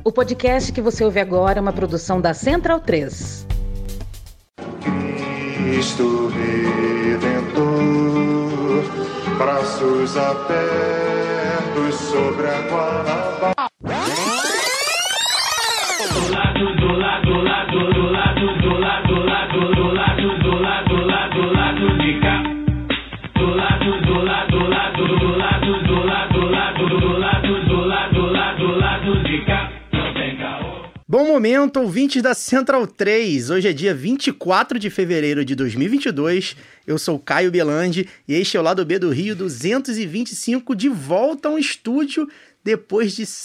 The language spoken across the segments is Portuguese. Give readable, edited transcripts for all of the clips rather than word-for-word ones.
O podcast que você ouve agora é uma produção da Central 3. Cristo Redentor, braços abertos sobre a Guanabara. Bom momento, ouvintes da Central 3. Hoje é dia 24 de fevereiro de 2022. Eu sou Caio Belandi e este é o Lado B do Rio 225, de volta a um estúdio depois de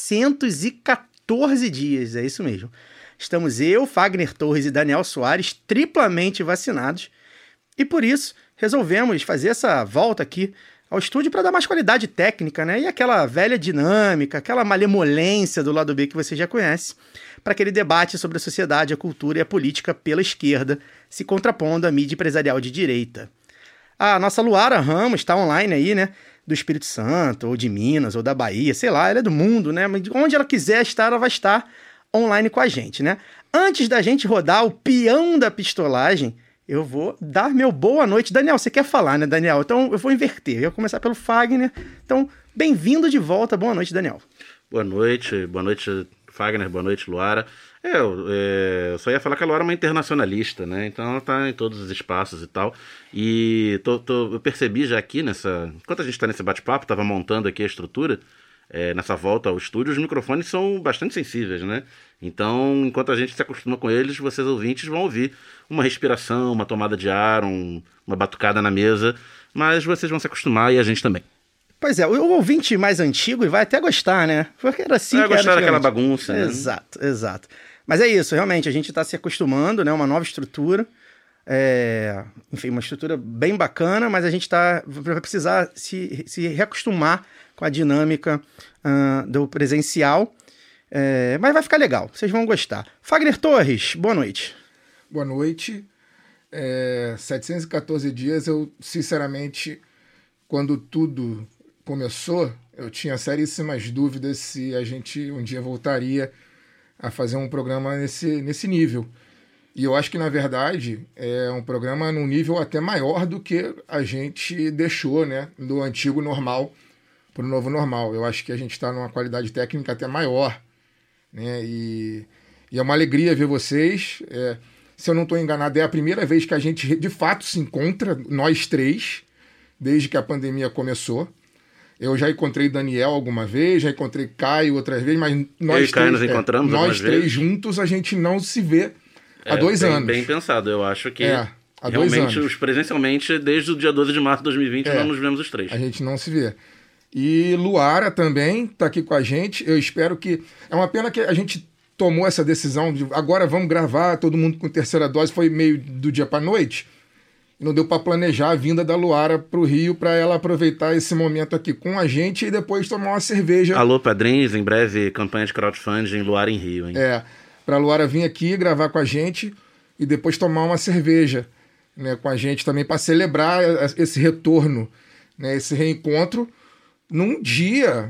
714 dias. É isso mesmo. Estamos eu, Fagner Torres e Daniel Soares triplamente vacinados e por isso resolvemos fazer essa volta aqui ao estúdio para dar mais qualidade técnica, né? E aquela velha dinâmica, aquela malemolência do Lado B que você já conhece, para aquele debate sobre a sociedade, a cultura e a política pela esquerda, se contrapondo à mídia empresarial de direita. A nossa Luara Ramos está online aí, né? Do Espírito Santo, ou de Minas, ou da Bahia, sei lá, ela é do mundo, né? Mas onde ela quiser estar, ela vai estar online com a gente, né? Antes da gente rodar o peão da pistolagem, eu vou dar meu boa noite. Daniel, você quer falar, né, Daniel? Então eu vou inverter. Eu vou começar pelo Fagner. Então, bem-vindo de volta. Boa noite, Daniel. Boa noite, Fagner. Boa noite, Luara. Eu só ia falar que a Luara é uma internacionalista, né? Então ela tá em todos os espaços e tal. E eu percebi já aqui enquanto a gente tá nesse bate-papo, tava montando aqui a estrutura, nessa volta ao estúdio, os microfones são bastante sensíveis, né? Então, enquanto a gente se acostuma com eles, vocês ouvintes vão ouvir uma respiração, uma tomada de ar, uma batucada na mesa, mas vocês vão se acostumar e a gente também. Pois é, o ouvinte mais antigo vai até gostar, né? Porque era assim que era. Vai gostar daquela bagunça, né? Exato. Mas é isso, realmente, a gente está se acostumando, né? Uma nova estrutura. Enfim, uma estrutura bem bacana, mas a gente vai precisar se reacostumar com a dinâmica do presencial. Mas vai ficar legal, vocês vão gostar. Fagner Torres, boa noite. Boa noite. 714 dias, eu sinceramente, quando tudo começou, eu tinha seríssimas dúvidas se a gente um dia voltaria a fazer um programa nesse nível. E eu acho que, na verdade, é um programa num nível até maior do que a gente deixou, né, do antigo normal para o novo normal. Eu acho que a gente está numa qualidade técnica até maior, né, e é uma alegria ver vocês. Se eu não estou enganado, é a primeira vez que a gente de fato se encontra, nós três, desde que a pandemia começou. Eu já encontrei Daniel alguma vez, já encontrei Caio outras vezes, mas nós Caio nos encontramos nós três vezes. Juntos a gente não se vê há 2 anos. Bem pensado, eu acho que há 2 realmente anos. Presencialmente, desde o dia 12 de março de 2020, não nos vemos os três. A gente não se vê. E Luara também está aqui com a gente. Eu espero que... É uma pena que a gente tomou essa decisão de agora vamos gravar, todo mundo com terceira dose, foi meio do dia para noite. Não deu para planejar a vinda da Luara para o Rio, para ela aproveitar esse momento aqui com a gente e depois tomar uma cerveja. Alô, padrinhos, em breve campanha de crowdfunding Luara em Rio, hein? Para a Luara vir aqui gravar com a gente e depois tomar uma cerveja, né, com a gente também, para celebrar esse retorno, né, esse reencontro num dia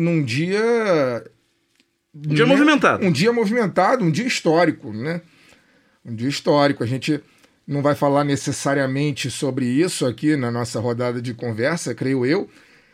movimentado. Um dia movimentado, um dia histórico, né? Um dia histórico. A gente não vai falar necessariamente sobre isso aqui na nossa rodada de conversa, creio eu,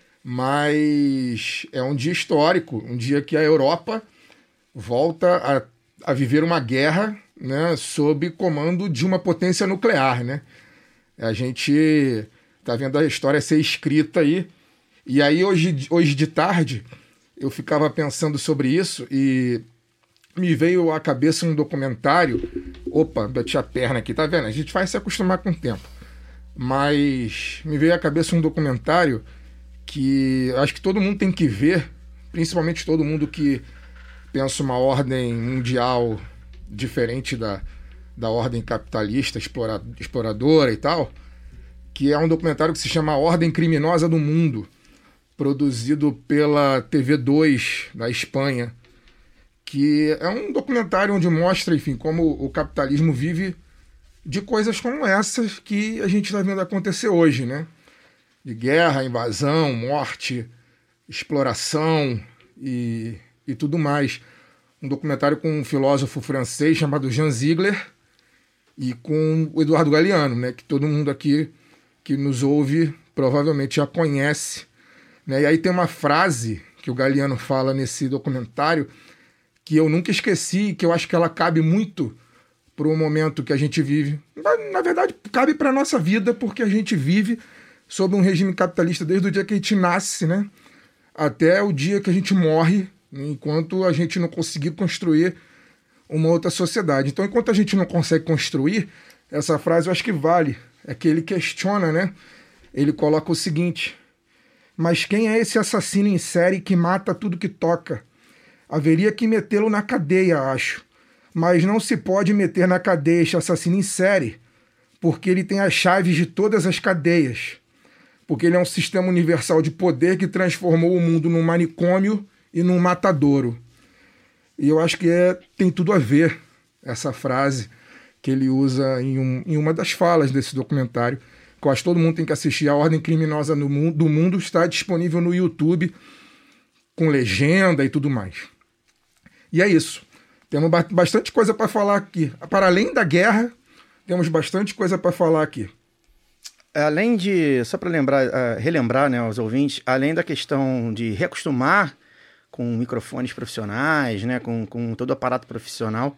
mas é um dia histórico, um dia que a Europa volta a viver uma guerra, né, sob comando de uma potência nuclear, né? A gente está vendo a história ser escrita aí, e aí hoje de tarde eu ficava pensando sobre isso e me veio à cabeça um documentário. Opa, bati a perna aqui, tá vendo? A gente vai se acostumar com o tempo. Mas me veio à cabeça um documentário que acho que todo mundo tem que ver, principalmente todo mundo que pensa uma ordem mundial diferente da ordem capitalista, exploradora e tal, que é um documentário que se chama A Ordem Criminosa do Mundo, produzido pela TV2 da Espanha, que é um documentário onde mostra, enfim, como o capitalismo vive de coisas como essas que a gente está vendo acontecer hoje, né? De guerra, invasão, morte, exploração e tudo mais. um documentário com um filósofo francês chamado Jean Ziegler e com o Eduardo Galeano, né, que todo mundo aqui que nos ouve provavelmente já conhece, né? E aí tem uma frase que o Galeano fala nesse documentário que eu nunca esqueci, que eu acho que ela cabe muito para o momento que a gente vive. Na verdade, cabe para a nossa vida, porque a gente vive sob um regime capitalista desde o dia que a gente nasce, né, até o dia que a gente morre, enquanto a gente não conseguir construir uma outra sociedade. Então, enquanto a gente não consegue construir, essa frase eu acho que vale. É que ele questiona, né? Ele coloca o seguinte: mas quem é esse assassino em série que mata tudo que toca? Haveria que metê-lo na cadeia, acho. Mas não se pode meter na cadeia este assassino em série, porque ele tem as chaves de todas as cadeias. Porque ele é um sistema universal de poder que transformou o mundo num manicômio e num matadouro. E eu acho que tem tudo a ver essa frase que ele usa em uma das falas desse documentário, que eu acho que todo mundo tem que assistir. A Ordem Criminosa do Mundo está disponível no YouTube, com legenda e tudo mais. E é isso. Temos bastante coisa para falar aqui. Para além da guerra, temos bastante coisa para falar aqui. Além de, só para relembrar, né, aos ouvintes, além da questão de reacostumar com microfones profissionais, né, com todo o aparato profissional,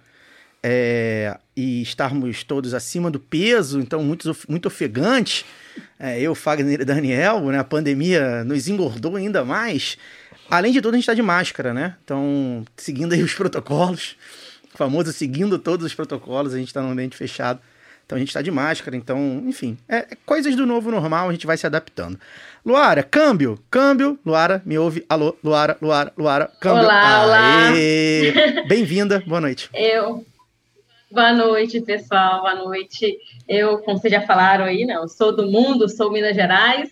e estarmos todos acima do peso, então muito ofegantes, eu, Fagner e Daniel, né, a pandemia nos engordou ainda mais. Além de tudo, a gente está de máscara, né? Então, seguindo aí os protocolos, o famoso seguindo todos os protocolos, a gente está num ambiente fechado. Então a gente está de máscara, então, enfim, coisas do novo normal, a gente vai se adaptando. Luara, câmbio, Luara, me ouve? Alô, Luara, câmbio. Olá. Bem-vinda, boa noite. Boa noite, pessoal, boa noite. Eu, como vocês já falaram aí, não, sou do mundo, sou Minas Gerais.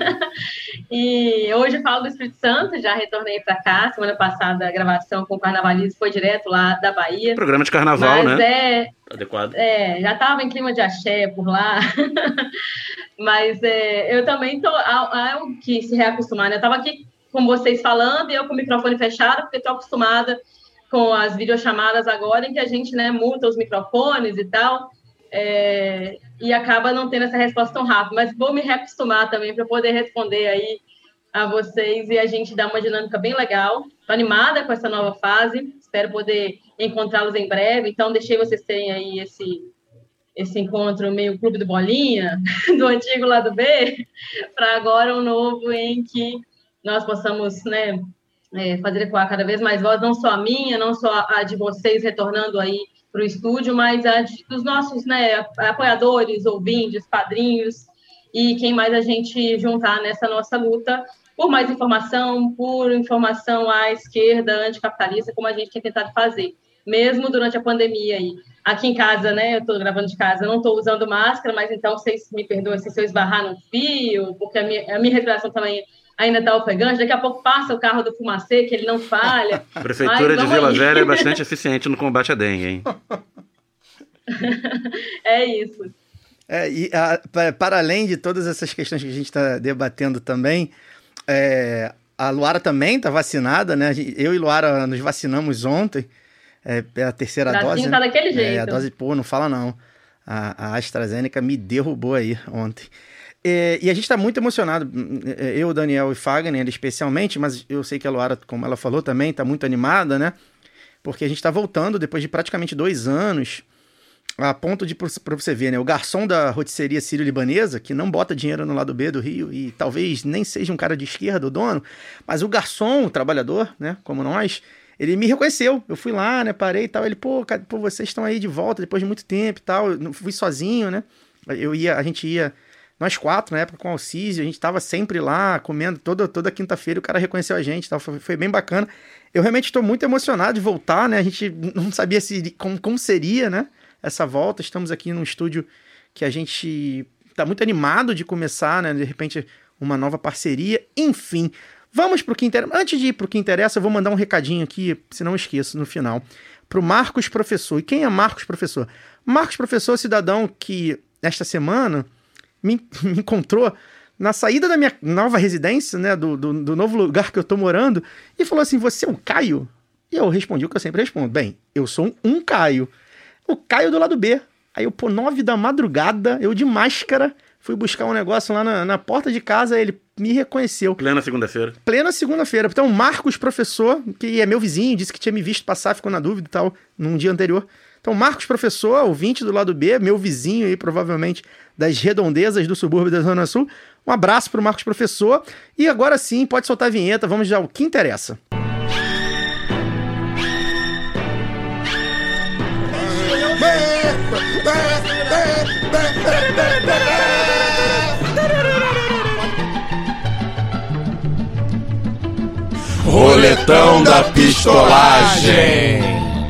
E hoje eu falo do Espírito Santo, já retornei para cá. Semana passada a gravação com o Carnavalismo foi direto lá da Bahia. Programa de carnaval, mas né? Adequado. Já estava em clima de axé por lá. Mas eu também estou que se reacostumar, né? Eu estava aqui com vocês falando e eu com o microfone fechado, porque estou acostumada com as videochamadas agora, em que a gente, né, muta os microfones e tal, e acaba não tendo essa resposta tão rápida. Mas vou me reacostumar também para poder responder aí a vocês e a gente dar uma dinâmica bem legal. Estou animada com essa nova fase, espero poder encontrá-los em breve. Então, deixei vocês terem aí esse encontro meio clube do bolinha, do antigo lado B, para agora um novo em que nós possamos, né, fazer ecoar cada vez mais voz, não só a minha, não só a de vocês retornando aí para o estúdio, mas a dos nossos, né, apoiadores, ouvintes, padrinhos e quem mais a gente juntar nessa nossa luta por mais informação, por informação à esquerda, anticapitalista, como a gente tem tentado fazer, mesmo durante a pandemia aí. Aqui em casa, né, eu estou gravando de casa, eu não estou usando máscara, mas então vocês me perdoem se eu esbarrar no fio, porque a minha respiração também ainda está ofegante. Daqui a pouco passa o carro do Fumacê, que ele não falha. A Prefeitura de Vila Velha é bastante eficiente no combate à dengue, hein? É isso. Para além de todas essas questões que a gente está debatendo também, a Luara também está vacinada, né? Eu e Luara nos vacinamos ontem, a terceira dose. Tá daquele jeito. A dose, não fala não. A AstraZeneca me derrubou aí ontem. E a gente está muito emocionado, eu, Daniel e Fagner especialmente, mas eu sei que a Luara, como ela falou também, está muito animada, né? Porque a gente está voltando depois de praticamente 2 anos, a ponto de, para você ver, né? O garçom da rotisseria sírio-libanesa, que não bota dinheiro no lado B do Rio e talvez nem seja um cara de esquerda, o dono, mas o garçom, o trabalhador, né? Como nós, ele me reconheceu. Eu fui lá, né? Parei e tal. Ele, pô, vocês estão aí de volta depois de muito tempo e tal. Eu não fui sozinho, né? A gente ia... Nós 4, na época, com o Alcísio, a gente estava sempre lá, comendo toda quinta-feira, o cara reconheceu a gente, foi bem bacana. Eu realmente estou muito emocionado de voltar, né? A gente não sabia como seria, né, essa volta. Estamos aqui num estúdio que a gente está muito animado de começar, né? De repente, uma nova parceria. Enfim, vamos para o que interessa. Antes de ir para o que interessa, eu vou mandar um recadinho aqui, se não esqueço, no final, para o Marcos Professor. E quem é Marcos Professor? Marcos Professor, cidadão que, esta semana... me encontrou na saída da minha nova residência, né, do novo lugar que eu tô morando, e falou assim, você é o Caio? E eu respondi o que eu sempre respondo. Bem, eu sou um Caio. O Caio do lado B. Aí eu, 9 da madrugada, eu de máscara, fui buscar um negócio lá na porta de casa, ele me reconheceu. Plena segunda-feira. Plena segunda-feira. Então, Marcos, professor, que é meu vizinho, disse que tinha me visto passar, ficou na dúvida e tal, num dia anterior. Então, Marcos, professor, ouvinte do lado B, meu vizinho aí, provavelmente, das redondezas do subúrbio da Zona Sul. Um abraço pro Marcos, professor. E agora sim, pode soltar a vinheta, vamos já ao que interessa. Roletão da Pistolagem.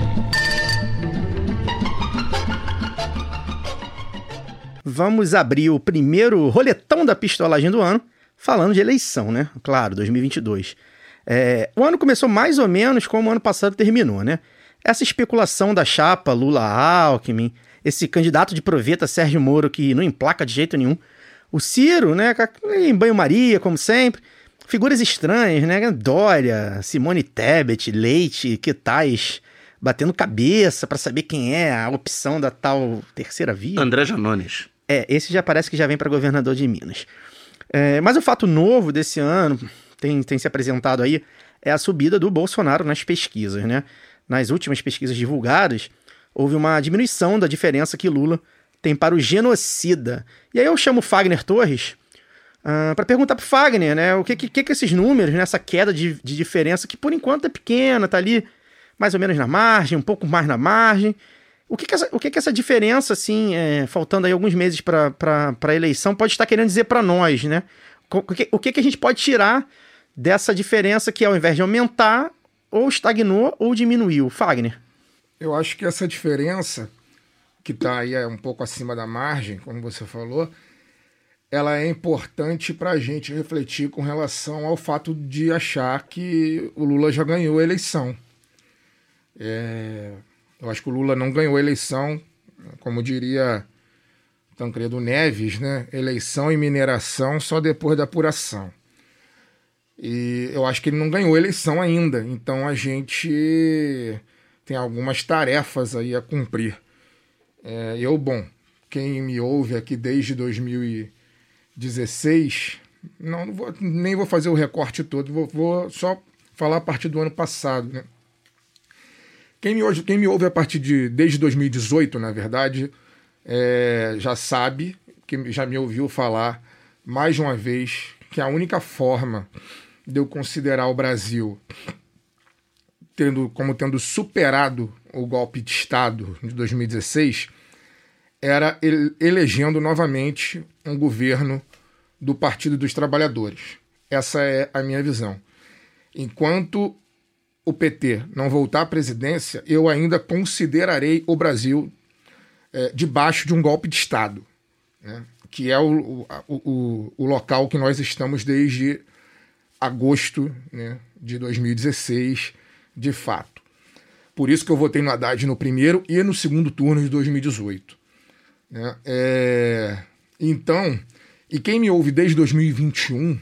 Vamos abrir o primeiro roletão da pistolagem do ano, falando de eleição, né? Claro, 2022. O ano começou mais ou menos como o ano passado terminou, né? Essa especulação da chapa Lula-Alckmin, esse candidato de proveta Sérgio Moro que não emplaca de jeito nenhum, o Ciro, né, em banho-maria, como sempre, figuras estranhas, né, Dória, Simone Tebet, Leite, que tais, batendo cabeça pra saber quem é a opção da tal terceira via. André Janones. Esse já parece que já vem para governador de Minas. Mas o fato novo desse ano, tem se apresentado aí, é a subida do Bolsonaro nas pesquisas, né? Nas últimas pesquisas divulgadas, houve uma diminuição da diferença que Lula tem para o genocida. E aí eu chamo o Fagner Torres para perguntar pro Fagner, né? O que esses números, né? Essa queda de diferença, que por enquanto é pequena, tá ali mais ou menos na margem, um pouco mais na margem. O que essa diferença, assim, faltando aí alguns meses para a eleição, pode estar querendo dizer para nós, né? O que a gente pode tirar dessa diferença que, ao invés de aumentar, ou estagnou ou diminuiu? Fagner? Eu acho que essa diferença, que está aí um pouco acima da margem, como você falou, ela é importante para a gente refletir com relação ao fato de achar que o Lula já ganhou a eleição. Eu acho que o Lula não ganhou a eleição, como diria Tancredo Neves, né? Eleição e mineração só depois da apuração. E eu acho que ele não ganhou a eleição ainda, então a gente tem algumas tarefas aí a cumprir. Quem me ouve aqui desde 2016, nem vou fazer o recorte todo, vou só falar a partir do ano passado, né? Quem me ouve desde 2018, na verdade, já sabe, que já me ouviu falar mais de uma vez, que a única forma de eu considerar o Brasil tendo superado o golpe de Estado de 2016 era elegendo novamente um governo do Partido dos Trabalhadores. Essa é a minha visão. Enquanto o PT não voltar à presidência, eu ainda considerarei o Brasil debaixo de um golpe de Estado, né? Que é o local que nós estamos desde agosto, né, de 2016, de fato. Por isso que eu votei no Haddad no primeiro e no segundo turno de 2018. Né? Então, e quem me ouve desde 2021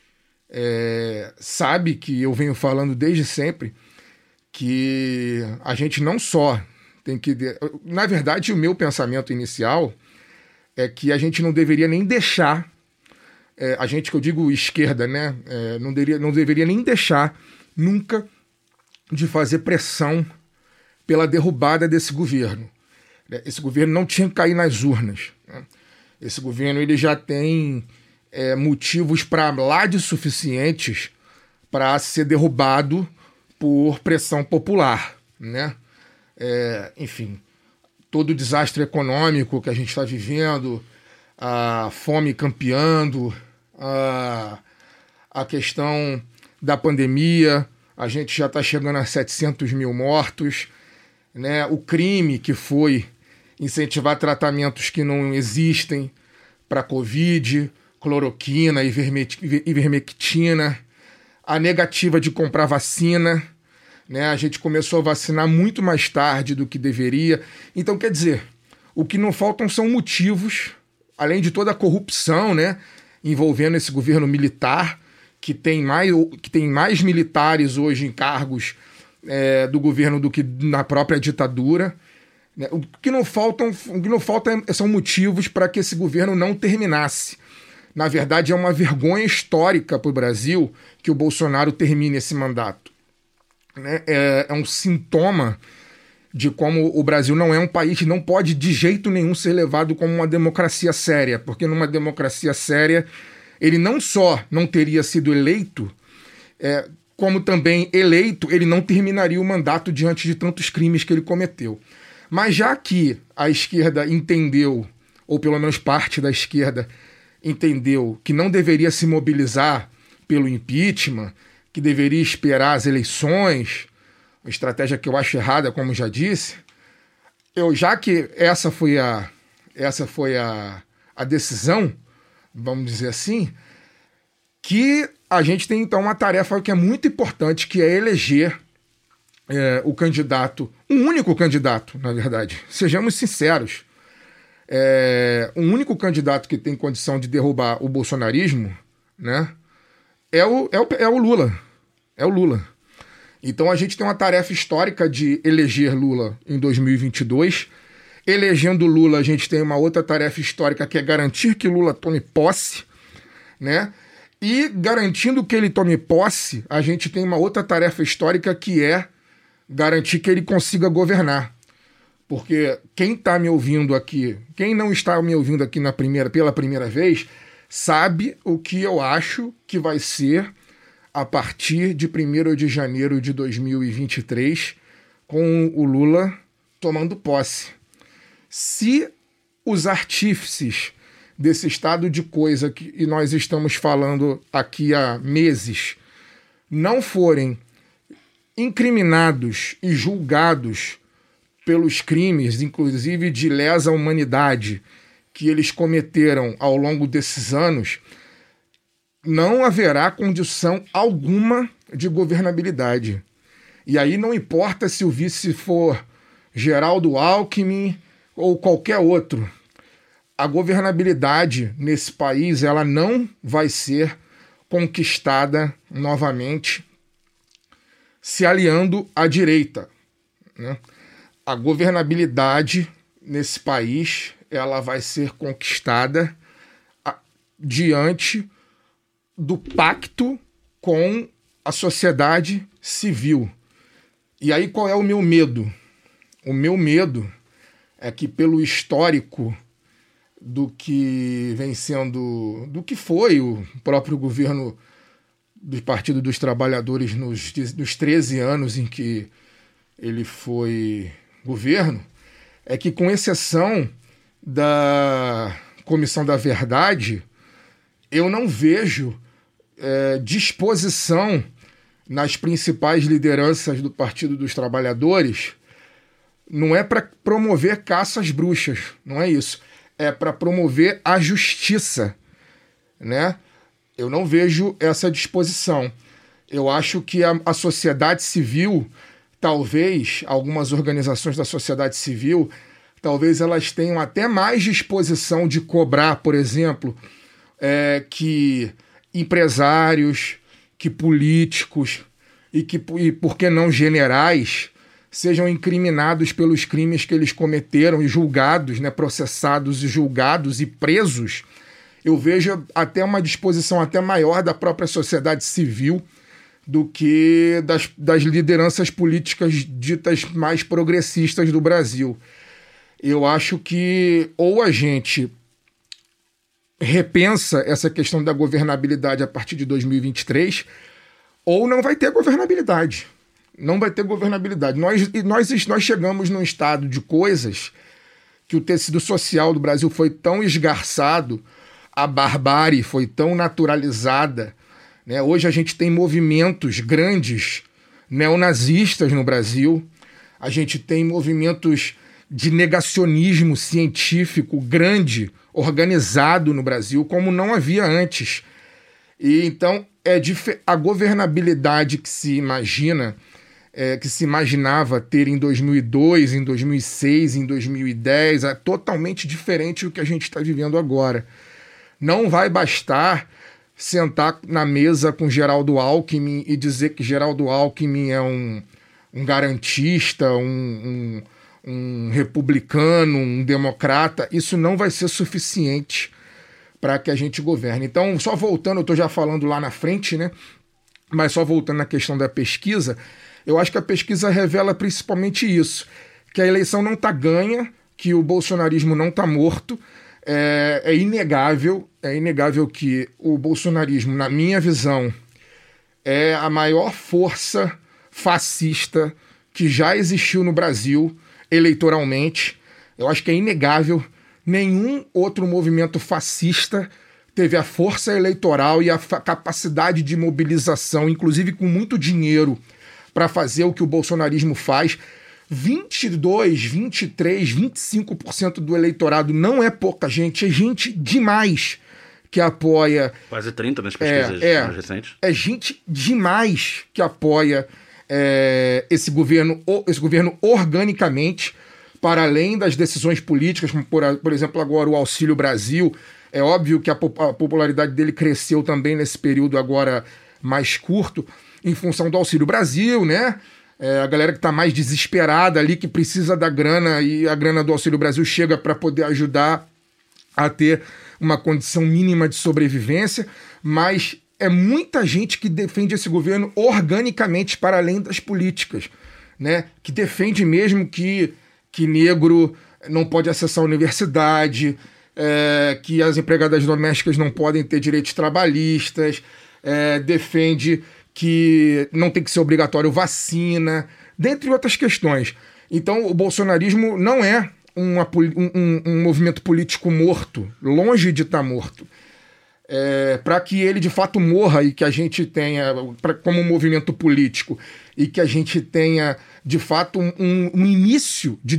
sabe que eu venho falando desde sempre que a gente não só tem que... Na verdade, o meu pensamento inicial é que a gente não deveria nem deixar... a gente, que eu digo esquerda, né? Não deveria nem deixar nunca de fazer pressão pela derrubada desse governo. Esse governo não tinha que cair nas urnas, né? Esse governo ele já tem motivos para lá de suficientes para ser derrubado por pressão popular, né? Enfim, todo o desastre econômico que a gente está vivendo, a fome campeando, a questão da pandemia, a gente já está chegando a 700 mil mortos, né? O crime que foi incentivar tratamentos que não existem para Covid, cloroquina, ivermectina, a negativa de comprar vacina, né? A gente começou a vacinar muito mais tarde do que deveria. Então, quer dizer, o que não faltam são motivos, além de toda a corrupção, né, envolvendo esse governo militar, que tem mais militares hoje em cargos do governo do que na própria ditadura. Né? O que não falta são motivos para que esse governo não terminasse. Na verdade, é uma vergonha histórica para o Brasil que o Bolsonaro termine esse mandato. Né? É um sintoma de como o Brasil não é um país que não pode de jeito nenhum ser levado como uma democracia séria, porque numa democracia séria ele não só não teria sido eleito, como também eleito ele não terminaria o mandato diante de tantos crimes que ele cometeu. Mas já que a esquerda entendeu, ou pelo menos parte da esquerda entendeu que não deveria se mobilizar pelo impeachment, que deveria esperar as eleições, uma estratégia que eu acho errada, como já disse, já que essa foi a decisão, vamos dizer assim, que a gente tem então uma tarefa que é muito importante, que é eleger o candidato, um único candidato, na verdade, sejamos sinceros, um único candidato que tem condição de derrubar o bolsonarismo, né, é o Lula. É o Lula. Então a gente tem uma tarefa histórica de eleger Lula em 2022. Elegendo Lula, a gente tem uma outra tarefa histórica que é garantir que Lula tome posse, né? E garantindo que ele tome posse, a gente tem uma outra tarefa histórica que é garantir que ele consiga governar. Porque quem está me ouvindo aqui, quem não está me ouvindo aqui pela primeira vez, sabe o que eu acho que vai ser a partir de 1º de janeiro de 2023, com o Lula tomando posse. Se os artífices desse estado de coisa que nós estamos falando aqui há meses não forem incriminados e julgados pelos crimes, inclusive de lesa humanidade, que eles cometeram ao longo desses anos, não haverá condição alguma de governabilidade. E aí não importa se o vice for Geraldo Alckmin ou qualquer outro, a governabilidade nesse país ela não vai ser conquistada novamente se aliando à direita, né? A governabilidade nesse país ela vai ser conquistada diante do pacto com a sociedade civil. E aí qual é o meu medo? O meu medo é que pelo histórico do que vem sendo, do que foi o próprio governo do Partido dos Trabalhadores nos 13 anos em que ele foi governo, é que com exceção da Comissão da Verdade, eu não vejo disposição nas principais lideranças do Partido dos Trabalhadores. Não é para promover caça às bruxas, não é isso. É para promover a justiça, né? Eu não vejo essa disposição. Eu acho que a sociedade civil, talvez, algumas organizações da sociedade civil, talvez elas tenham até mais disposição de cobrar, por exemplo, que empresários, que políticos e por que não generais sejam incriminados pelos crimes que eles cometeram e julgados, né, processados e julgados e presos. Eu vejo até uma disposição até maior da própria sociedade civil do que das lideranças políticas ditas mais progressistas do Brasil. Eu acho que ou a gente repensa essa questão da governabilidade a partir de 2023, ou não vai ter governabilidade. Não vai ter governabilidade. Nós chegamos num estado de coisas que o tecido social do Brasil foi tão esgarçado, a barbárie foi tão naturalizada, né? Hoje a gente tem movimentos grandes neonazistas no Brasil, a gente tem movimentos de negacionismo científico grande, organizado no Brasil, como não havia antes. E então a governabilidade que se imagina, que se imaginava ter em 2002, em 2006, em 2010, é totalmente diferente do que a gente está vivendo agora. Não vai bastar sentar na mesa com Geraldo Alckmin e dizer que Geraldo Alckmin é um um garantista, um republicano, um democrata, isso não vai ser suficiente para que a gente governe. Então, só voltando, eu estou já falando lá na frente, né? Mas só voltando na questão da pesquisa, eu acho que a pesquisa revela principalmente isso, que a eleição não está ganha, que o bolsonarismo não está morto. É inegável que o bolsonarismo, na minha visão, é a maior força fascista que já existiu no Brasil eleitoralmente. Eu acho que é inegável. Nenhum outro movimento fascista teve a força eleitoral e a capacidade de mobilização, inclusive com muito dinheiro, para fazer o que o bolsonarismo faz. 22, 23, 25% do eleitorado não é pouca gente, é gente demais que apoia... Quase 30 nas pesquisas mais recentes. É gente demais que apoia esse governo organicamente, para além das decisões políticas, como por exemplo agora o Auxílio Brasil. É óbvio que a popularidade dele cresceu também nesse período agora mais curto, em função do Auxílio Brasil, né? A galera que está mais desesperada ali, que precisa da grana, e a grana do Auxílio Brasil chega para poder ajudar a ter uma condição mínima de sobrevivência, mas é muita gente que defende esse governo organicamente para além das políticas, né? Que defende mesmo que negro não pode acessar a universidade, que as empregadas domésticas não podem ter direitos trabalhistas, defende que não tem que ser obrigatório vacina, dentre outras questões. Então, o bolsonarismo não é um movimento político morto, longe de estar morto. Para que ele de fato morra e que a gente tenha, como um movimento político, e que a gente tenha de fato um início de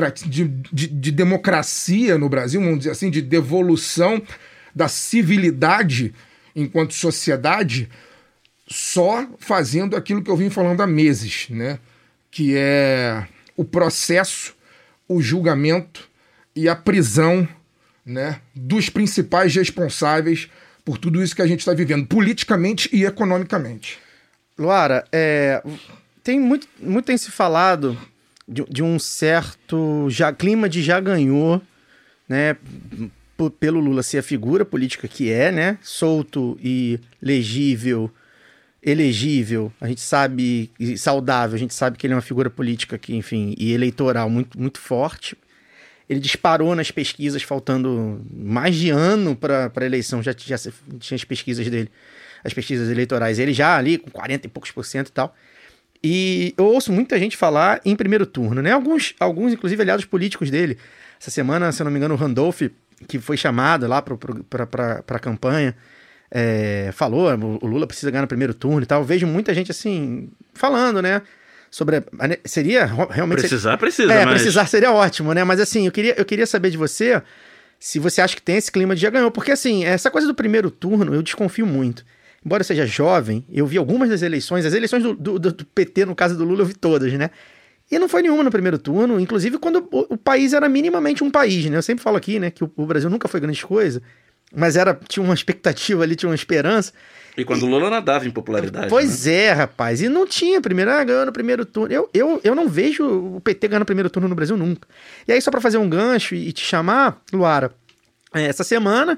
democracia no Brasil, vamos dizer assim, de devolução da civilidade enquanto sociedade, só fazendo aquilo que eu vim falando há meses, né? Que é o processo, o julgamento e a prisão, né, dos principais responsáveis por tudo isso que a gente está vivendo, politicamente e economicamente. Luara, muito tem se falado de um certo clima de já ganhou, né, pelo Lula ser a figura política que é, né, solto e elegível, a gente sabe, e saudável, a gente sabe que ele é uma figura política que, enfim, e eleitoral muito, muito forte. Ele disparou nas pesquisas, faltando mais de ano para a eleição, já tinha as pesquisas dele, as pesquisas eleitorais, ele já ali com 40 e poucos % e tal. E eu ouço muita gente falar em primeiro turno, né? Alguns inclusive, aliados políticos dele. Essa semana, se eu não me engano, o Randolph, que foi chamado lá para a campanha, falou, o Lula precisa ganhar no primeiro turno e tal. Eu vejo muita gente assim, falando, né? Sobre seria realmente... Precisa, mas... precisar seria ótimo, né? Mas assim, eu queria saber de você se você acha que tem esse clima de já ganhou. Porque assim, essa coisa do primeiro turno, eu desconfio muito. Embora eu seja jovem, eu vi algumas das eleições, as eleições do PT, no caso do Lula, eu vi todas, né? E não foi nenhuma no primeiro turno, inclusive quando o país era minimamente um país, né? Eu sempre falo aqui, né, que o Brasil nunca foi grande coisa, mas tinha uma expectativa ali, tinha uma esperança. E quando o Lula nadava em popularidade. Pois é, rapaz. E não tinha ganhou no primeiro turno. Eu não vejo o PT ganhando no primeiro turno no Brasil nunca. E aí, só para fazer um gancho e te chamar, Luara, essa semana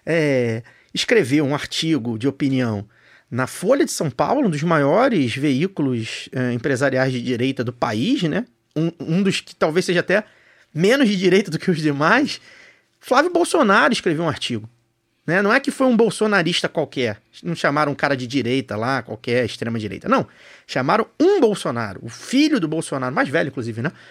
escreveu um artigo de opinião na Folha de São Paulo, um dos maiores veículos empresariais de direita do país, né? Um dos que talvez seja até menos de direita do que os demais. Flávio Bolsonaro escreveu um artigo. Né? Não é que foi um bolsonarista qualquer, não chamaram um cara de direita lá, qualquer extrema-direita, não. Chamaram um Bolsonaro, o filho do Bolsonaro, mais velho inclusive, né?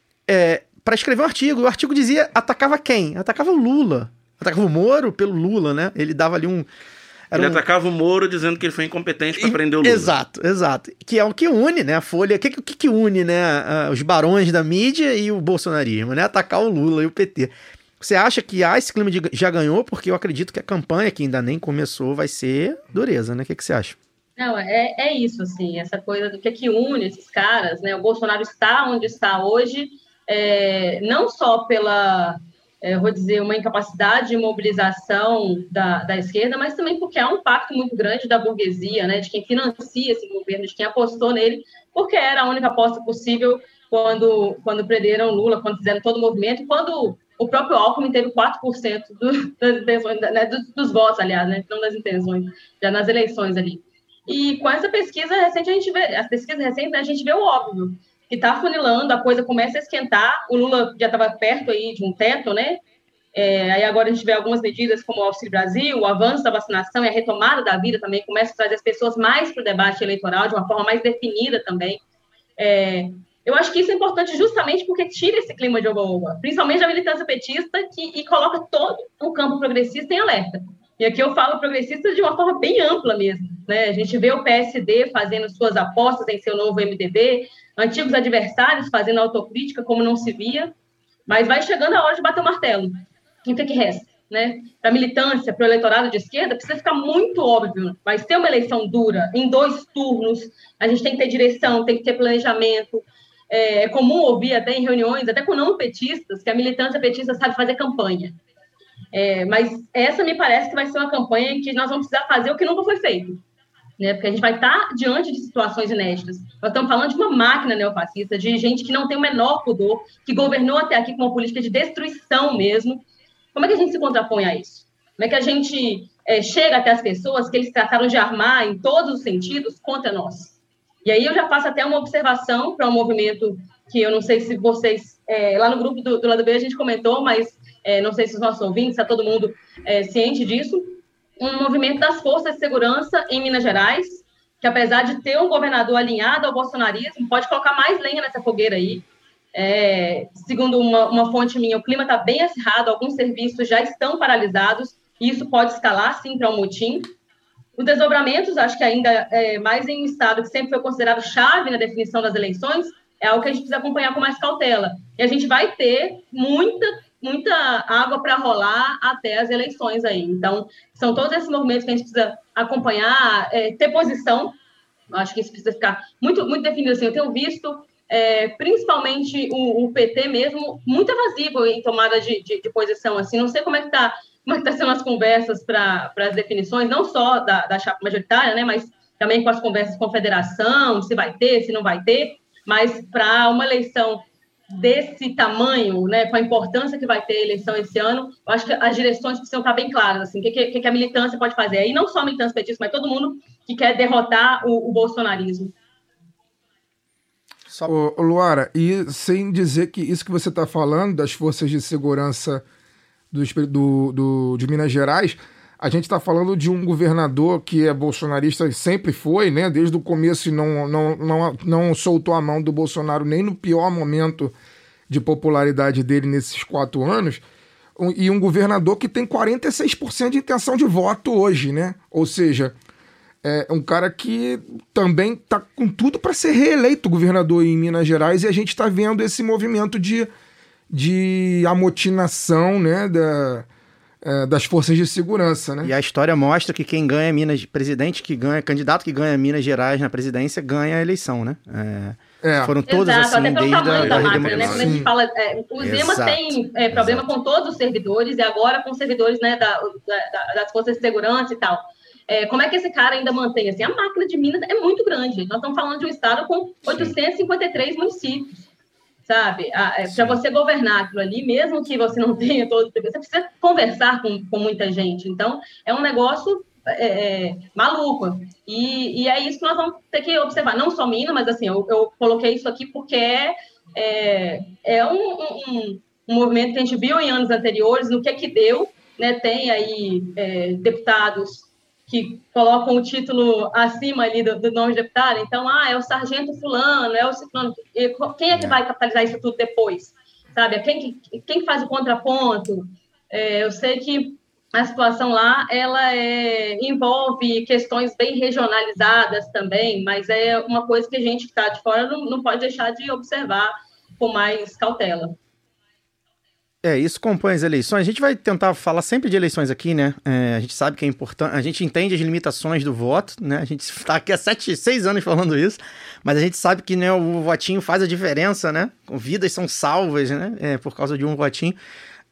Para escrever um artigo, e o artigo dizia, atacava quem? Atacava o Lula, atacava o Moro pelo Lula, né? Ele dava ali Ele atacava o Moro dizendo que ele foi incompetente para prender o Lula. Exato. Que é o que une, né, a Folha, o que une, né, os barões da mídia e o bolsonarismo, né? Atacar o Lula e o PT. Você acha que esse clima de já ganhou? Porque eu acredito que a campanha, que ainda nem começou, vai ser dureza, né? O que você acha? Não, é isso, assim, essa coisa do que une esses caras, né? O Bolsonaro está onde está hoje, não só eu vou dizer, uma incapacidade de mobilização da esquerda, mas também porque há um pacto muito grande da burguesia, né, de quem financia esse governo, de quem apostou nele, porque era a única aposta possível quando prenderam Lula, quando fizeram todo o movimento, quando o próprio Alckmin teve 4% das intenções, né, dos votos, aliás, né, não das intenções, já nas eleições ali. E com essa pesquisa recente, as pesquisas recentes, né, a gente vê o óbvio, que está funilando, a coisa começa a esquentar, o Lula já estava perto aí de um teto, né? Aí agora a gente vê algumas medidas como o Auxílio Brasil, o avanço da vacinação e a retomada da vida também começa a trazer as pessoas mais para o debate eleitoral, de uma forma mais definida também. Eu acho que isso é importante justamente porque tira esse clima de oba-oba, principalmente da militância petista e coloca todo o campo progressista em alerta. E aqui eu falo progressista de uma forma bem ampla mesmo, né? A gente vê o PSD fazendo suas apostas em seu novo MDB, antigos adversários fazendo autocrítica como não se via, mas vai chegando a hora de bater o martelo. E o que resta? Né? Para a militância, para o eleitorado de esquerda, precisa ficar muito óbvio. Vai ser uma eleição dura, em 2 turnos, a gente tem que ter direção, tem que ter planejamento. É comum ouvir até em reuniões, até com não petistas, que a militância petista sabe fazer campanha. Mas essa me parece que vai ser uma campanha em que nós vamos precisar fazer o que nunca foi feito. Né? Porque a gente vai estar diante de situações inéditas. Nós estamos falando de uma máquina neofascista, de gente que não tem o menor pudor, que governou até aqui com uma política de destruição mesmo. Como é que a gente se contrapõe a isso? Como é que a gente chega até as pessoas que eles trataram de armar em todos os sentidos contra nós? E aí eu já faço até uma observação para um movimento que eu não sei se vocês... lá no grupo do Lado B a gente comentou, mas não sei se os nossos ouvintes, está todo mundo ciente disso. Um movimento das forças de segurança em Minas Gerais, que apesar de ter um governador alinhado ao bolsonarismo, pode colocar mais lenha nessa fogueira aí. Segundo uma fonte minha, o clima está bem acirrado, alguns serviços já estão paralisados, e isso pode escalar, sim, para um motim. Os desdobramentos, acho que ainda mais em um estado que sempre foi considerado chave na definição das eleições, é algo que a gente precisa acompanhar com mais cautela. E a gente vai ter muita água para rolar até as eleições aí. Então, são todos esses movimentos que a gente precisa acompanhar, ter posição. Eu acho que isso precisa ficar muito, muito definido. Assim, eu tenho visto, principalmente o PT mesmo, muito evasivo em tomada de posição. Assim, não sei como é que está sendo as conversas para as definições, não só da chapa majoritária, né, mas também com as conversas com a federação, se vai ter, se não vai ter, mas para uma eleição desse tamanho, né, com a importância que vai ter a eleição esse ano, eu acho que as direções precisam estar bem claras, assim, o que a militância pode fazer. E não só a militância petista, mas todo mundo que quer derrotar o bolsonarismo. Luara, e sem dizer que isso que você está falando das forças de segurança de Minas Gerais, a gente está falando de um governador que é bolsonarista, sempre foi, né? Desde o começo, e não soltou a mão do Bolsonaro nem no pior momento de popularidade dele nesses 4 anos, e um governador que tem 46% de intenção de voto hoje, né? Ou seja, é um cara que também está com tudo para ser reeleito governador em Minas Gerais, e a gente está vendo esse movimento de amotinação, né, das forças de segurança, né? E a história mostra que quem ganha candidato que ganha Minas Gerais na presidência ganha a eleição, né? Foram todas assim, até pelo tamanho da máquina, né? Sim. Quando a gente fala, o Zema tem problema com todos os servidores, e agora com os servidores, né, das forças de segurança e tal. Como é que esse cara ainda mantém? Assim, a máquina de Minas é muito grande. Nós estamos falando de um estado com 853 municípios. Sabe? Para você governar aquilo ali, mesmo que você não tenha todo, você precisa conversar com muita gente. Então, é um negócio maluco. E é isso que nós vamos ter que observar. Não só Minas, mas assim, eu coloquei isso aqui porque é um movimento que a gente viu em anos anteriores, no que deu, né? Tem aí deputados que colocam o título acima ali do nome de deputado, então, é o sargento fulano, é o ciclano, quem é que vai capitalizar isso tudo depois? Sabe, quem faz o contraponto? Eu sei que a situação lá, ela envolve questões bem regionalizadas também, mas é uma coisa que a gente que está de fora não pode deixar de observar com mais cautela. Isso compõe as eleições. A gente vai tentar falar sempre de eleições aqui, né? A gente sabe que é importante, a gente entende as limitações do voto, né? A gente está aqui há 6 anos falando isso, mas a gente sabe que, né, o votinho faz a diferença, né? Vidas são salvas, né? Por causa de um votinho.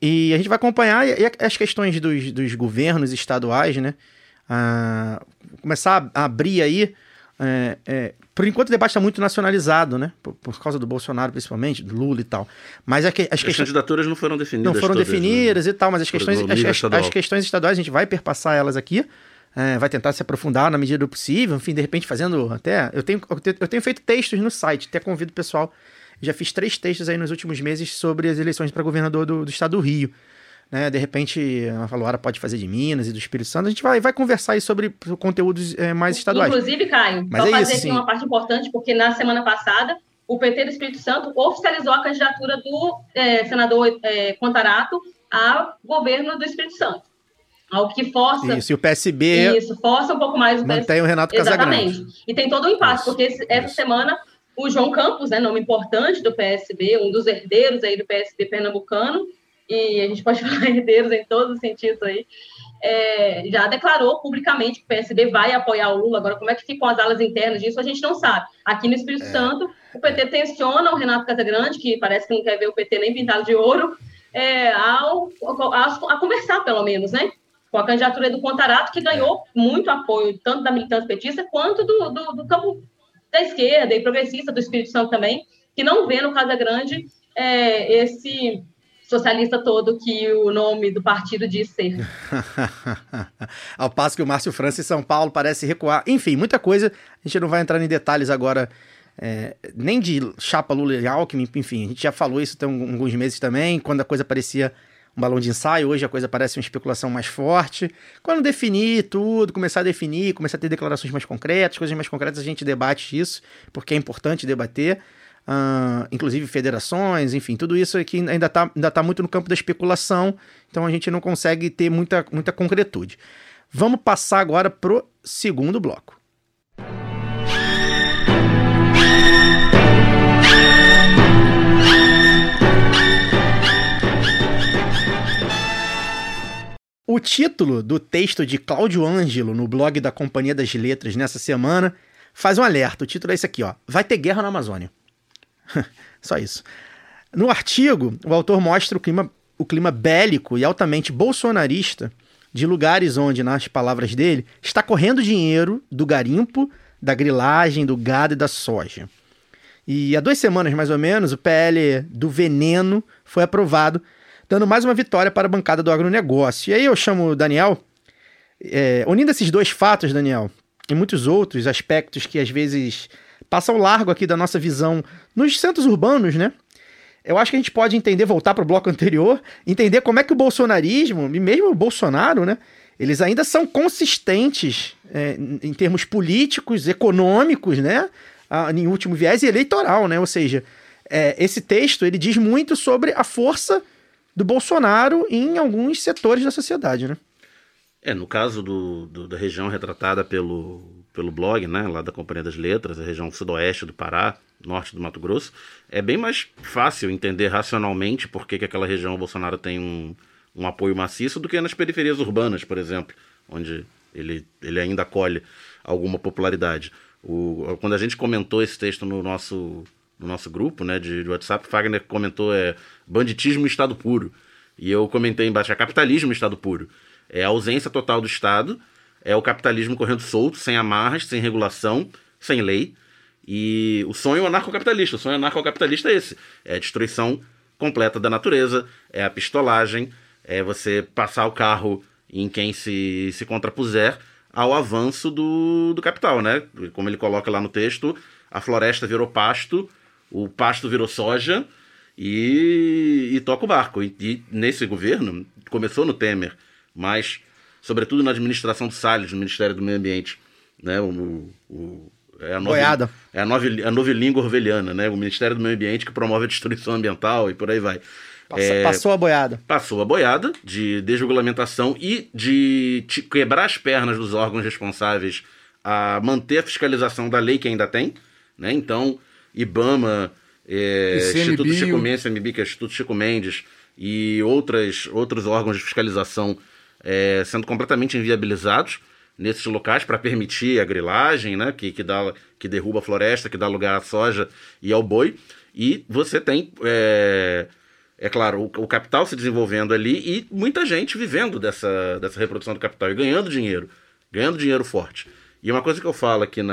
E a gente vai acompanhar as questões dos governos estaduais, né? Começar a abrir aí. Por enquanto o debate está muito nacionalizado, né? Por causa do Bolsonaro, principalmente, do Lula e tal. Mas as candidaturas não foram definidas. Não foram todas, definidas, né? E tal, mas as as questões estaduais a gente vai perpassar elas aqui. Vai tentar se aprofundar na medida do possível, enfim, de repente fazendo até... Eu tenho feito textos no site, até convido o pessoal. Já fiz 3 textos aí nos últimos meses sobre as eleições para governador do estado do Rio. Né? De repente, a Luara pode fazer de Minas e do Espírito Santo. A gente vai conversar aí sobre conteúdos mais estaduais. Inclusive, Caio, mas só fazer isso, aqui sim. Uma parte importante, porque na semana passada o PT do Espírito Santo oficializou a candidatura do senador Contarato a governo do Espírito Santo. Algo que força... Isso, e o PSB... Isso, força um pouco mais... Mantém o Renato Casagrande. Exatamente. E tem todo um impasse, porque essa semana o João Campos, né, nome importante do PSB, um dos herdeiros aí do PSB pernambucano, e a gente pode falar herdeiros em todos os sentidos aí, já declarou publicamente que o PSB vai apoiar o Lula. Agora, como é que ficam as alas internas disso, a gente não sabe. Aqui no Espírito Santo, o PT tensiona o Renato Casagrande, que parece que não quer ver o PT nem pintado de ouro, a conversar, pelo menos, né? Com a candidatura do Contarato, que ganhou muito apoio, tanto da militância petista, quanto do campo da esquerda e progressista do Espírito Santo também, que não vê no Casagrande esse socialista todo que o nome do partido diz ser. Ao passo que o Márcio França em São Paulo parece recuar. Enfim, muita coisa. A gente não vai entrar em detalhes agora, nem de chapa Lula e Alckmin, enfim, a gente já falou isso tem alguns meses também, quando a coisa parecia um balão de ensaio. Hoje a coisa parece uma especulação mais forte. Quando definir tudo, começar a ter declarações mais concretas, coisas mais concretas, a gente debate isso, porque é importante debater. Inclusive federações, enfim, tudo isso aqui ainda tá muito no campo da especulação, então a gente não consegue ter muita concretude. Vamos passar agora pro segundo bloco. O título do texto de Cláudio Ângelo no blog da Companhia das Letras nessa semana faz um alerta. O título é esse aqui, ó: Vai ter guerra na Amazônia. Só isso. No artigo, o autor mostra o clima bélico e altamente bolsonarista de lugares onde, nas palavras dele, está correndo dinheiro do garimpo, da grilagem, do gado e da soja. E há 2 semanas, mais ou menos, o PL do veneno foi aprovado, dando mais uma vitória para a bancada do agronegócio. E aí eu chamo o Daniel, unindo esses 2 fatos, Daniel, e muitos outros aspectos que às vezes passam largo aqui da nossa visão nos centros urbanos, né? Eu acho que a gente pode entender, voltar para o bloco anterior, entender como é que o bolsonarismo, e mesmo o Bolsonaro, né, eles ainda são consistentes em termos políticos, econômicos, né, em último viés, e eleitoral, né? Ou seja, esse texto ele diz muito sobre a força do Bolsonaro em alguns setores da sociedade, né? No caso da região retratada pelo blog, né, lá da Companhia das Letras, a região sudoeste do Pará, norte do Mato Grosso, é bem mais fácil entender racionalmente por que aquela região o Bolsonaro tem um apoio maciço do que nas periferias urbanas, por exemplo, onde ele ainda colhe alguma popularidade. Quando a gente comentou esse texto no nosso grupo, né, de WhatsApp, Fagner comentou banditismo em estado puro. E eu comentei embaixo, capitalismo em estado puro. É a ausência total do Estado, é o capitalismo correndo solto, sem amarras, sem regulação, sem lei. E o sonho anarcocapitalista é esse. É a destruição completa da natureza, é a pistolagem, é você passar o carro em quem se contrapuser ao avanço do capital, né? Como ele coloca lá no texto, a floresta virou pasto, o pasto virou soja e toca o barco. E nesse governo, começou no Temer, mas sobretudo na administração do Salles, no Ministério do Meio Ambiente, né? A nova língua orwelliana, né? O Ministério do Meio Ambiente que promove a destruição ambiental e por aí vai. Passou a boiada. Passou a boiada de desregulamentação e de quebrar as pernas dos órgãos responsáveis a manter a fiscalização da lei que ainda tem, né? Então, IBAMA, Instituto Chico Mendes, CMBio, que é Instituto Chico Mendes, e outros órgãos de fiscalização sendo completamente inviabilizados nesses locais para permitir a grilagem, né, que derruba a floresta, que dá lugar à soja e ao boi. E você tem é claro, o capital se desenvolvendo ali e muita gente vivendo dessa reprodução do capital e ganhando dinheiro forte. E uma coisa que eu falo aqui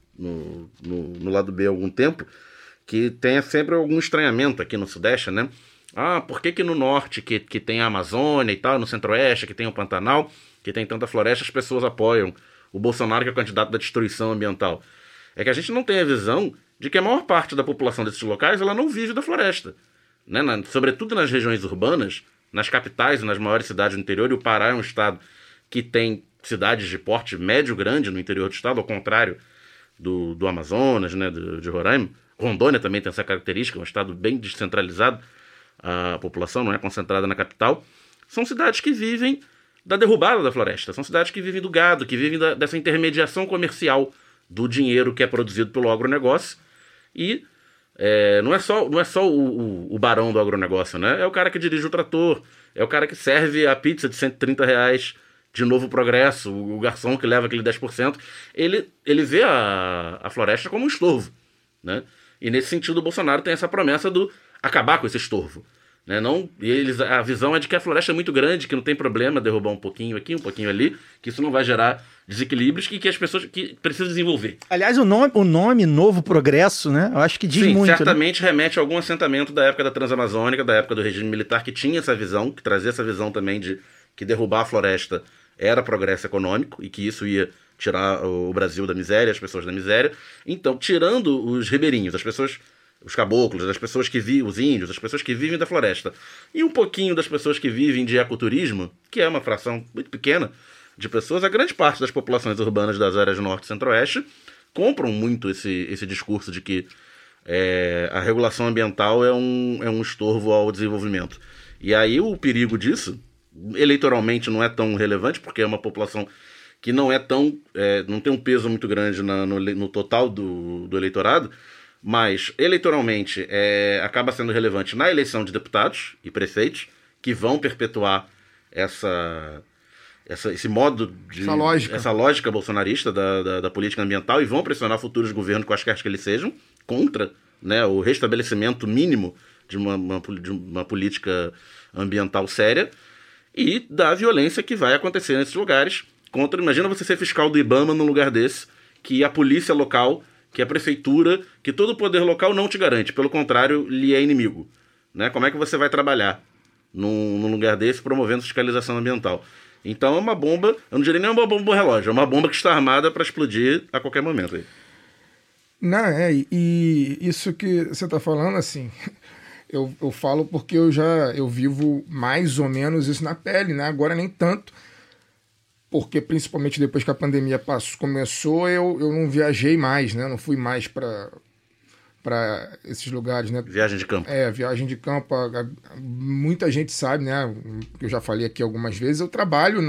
no lado B há algum tempo, que tem sempre algum estranhamento aqui no Sudeste, né? Por que no Norte, que tem a Amazônia e tal, no Centro-Oeste, que tem o Pantanal, que tem tanta floresta, as pessoas apoiam o Bolsonaro, que é o candidato da destruição ambiental? É que a gente não tem a visão de que a maior parte da população desses locais ela não vive da floresta. Né? Sobretudo nas regiões urbanas, nas capitais e nas maiores cidades do interior, e o Pará é um estado que tem cidades de porte médio-grande no interior do estado, ao contrário do Amazonas, né, de Roraima. Rondônia também tem essa característica, é um estado bem descentralizado, a população não é concentrada na capital. São cidades que vivem da derrubada da floresta, são cidades que vivem do gado, que vivem dessa intermediação comercial do dinheiro que é produzido pelo agronegócio. E não é só o barão do agronegócio, né? É o cara que dirige o trator, é o cara que serve a pizza de R$130 de Novo Progresso, o garçom que leva aquele 10%. Ele vê a floresta como um estorvo, né? E nesse sentido o Bolsonaro tem essa promessa do acabar com esse estorvo, né? A visão é de que a floresta é muito grande, que não tem problema derrubar um pouquinho aqui, um pouquinho ali, que isso não vai gerar desequilíbrios que as pessoas que precisam desenvolver. Aliás, o nome Novo Progresso, né? Eu acho que diz muito. Certamente, né? Remete a algum assentamento da época da Transamazônica, da época do regime militar, que tinha essa visão, que trazia essa visão também de que derrubar a floresta era progresso econômico e que isso ia tirar o Brasil da miséria, as pessoas da miséria. Então, tirando os ribeirinhos, as pessoas, os caboclos, as pessoas que vivem, os índios, as pessoas que vivem da floresta, e um pouquinho das pessoas que vivem de ecoturismo, que é uma fração muito pequena de pessoas, a grande parte das populações urbanas das áreas norte e centro-oeste compram muito esse discurso de que a regulação ambiental é um estorvo ao desenvolvimento. E aí o perigo disso, eleitoralmente não é tão relevante, porque é uma população que não não tem um peso muito grande no total do eleitorado, mas eleitoralmente acaba sendo relevante na eleição de deputados e prefeitos, que vão perpetuar esse modo essa lógica bolsonarista da política ambiental, e vão pressionar futuros governos, quaisquer que eles sejam, contra, né, o restabelecimento mínimo de uma política ambiental séria, e da violência que vai acontecer nesses lugares. Imagina você ser fiscal do IBAMA num lugar desse, que a polícia local, que a prefeitura, que todo o poder local não te garante, pelo contrário, lhe é inimigo, né? Como é que você vai trabalhar num lugar desse promovendo fiscalização ambiental? Então é uma bomba, eu não diria nem uma bomba relógio, é uma bomba que está armada para explodir a qualquer momento. Aí. Não, e isso que você está falando, assim, eu falo porque eu vivo mais ou menos isso na pele, né? Agora nem tanto, porque principalmente depois que a pandemia começou, eu não viajei mais, né? Não fui mais para esses lugares, né? Viagem de campo. Viagem de campo. Muita gente sabe, né? Eu já falei aqui algumas vezes, eu trabalho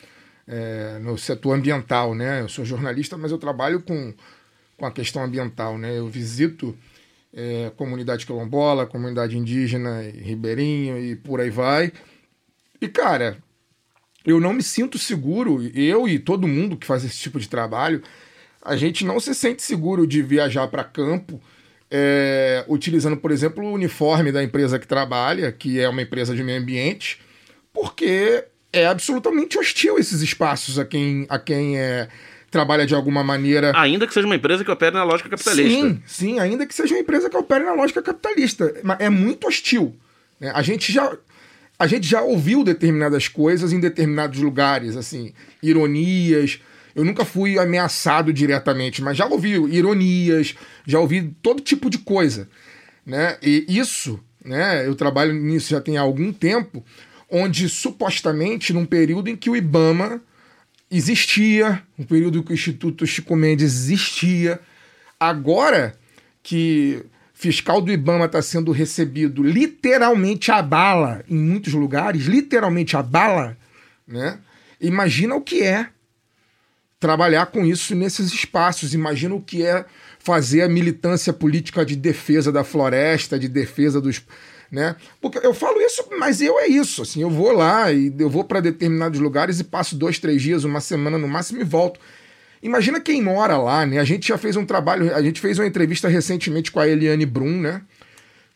no setor ambiental, né? Eu sou jornalista, mas eu trabalho com a questão ambiental, né? Eu visito comunidade quilombola, comunidade indígena, ribeirinho e por aí vai. E, cara, eu não me sinto seguro, eu e todo mundo que faz esse tipo de trabalho, a gente não se sente seguro de viajar para campo utilizando, por exemplo, o uniforme da empresa que trabalha, que é uma empresa de meio ambiente, porque é absolutamente hostil esses espaços a quem trabalha de alguma maneira... Ainda que seja uma empresa que opere na lógica capitalista. Sim, ainda que seja uma empresa que opere na lógica capitalista. Mas é muito hostil, né? A gente já ouviu determinadas coisas em determinados lugares, assim, ironias. Eu nunca fui ameaçado diretamente, mas já ouvi ironias, já ouvi todo tipo de coisa, né? E isso, né, eu trabalho nisso já tem algum tempo, onde supostamente num período em que o IBAMA existia, um período em que o Instituto Chico Mendes existia, agora que fiscal do IBAMA está sendo recebido literalmente a bala em muitos lugares, literalmente a bala, né? Imagina o que é trabalhar com isso nesses espaços, imagina o que é fazer a militância política de defesa da floresta, de defesa dos... né? Porque eu falo isso, mas é isso, assim, eu vou lá e eu vou para determinados lugares e passo 2, 3 dias, uma semana no máximo e volto. Imagina quem mora lá, né? A gente já fez um trabalho, a gente fez uma entrevista recentemente com a Eliane Brum, né?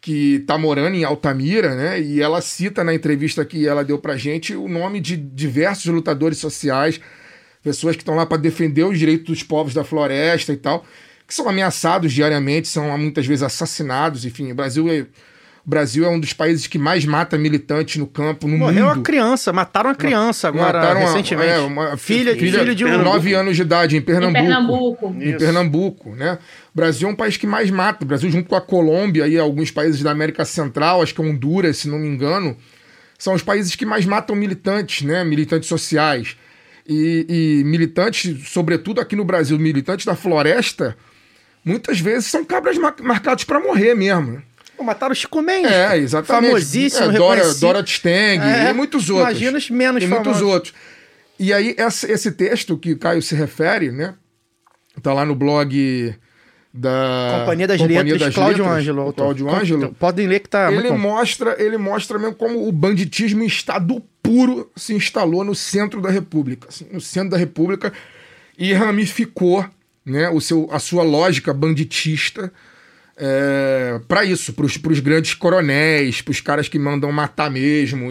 que está morando em Altamira, né? E ela cita na entrevista que ela deu pra gente o nome de diversos lutadores sociais, pessoas que estão lá para defender os direitos dos povos da floresta e tal, que são ameaçados diariamente, são muitas vezes assassinados. Enfim, o Brasil é um dos países que mais mata militantes no campo, no mundo. Morreu a criança, mataram a criança agora, recentemente. Uma filha de 9 anos de idade, em Pernambuco. Em Pernambuco, né? O Brasil é um país que mais mata. O Brasil, junto com a Colômbia e alguns países da América Central, acho que Honduras, se não me engano, são os países que mais matam militantes, né? Militantes sociais. E militantes, sobretudo aqui no Brasil, militantes da floresta, muitas vezes são cabras marcados para morrer mesmo. Mataram o Chico Mendes. Exatamente. Famosíssimo, Dorothy Stang e muitos outros. Imagina os menos famosos. Muitos outros. E aí, esse texto que o Caio se refere, né? Tá lá no blog da Companhia das Letras, Cláudio Ângelo. Cláudio Ângelo. Podem ler que tá ele mostra mesmo como o banditismo em estado puro se instalou no centro da República. Assim, no centro da República e ramificou, né, a sua lógica banditista para isso, para os grandes coronéis, para os caras que mandam matar mesmo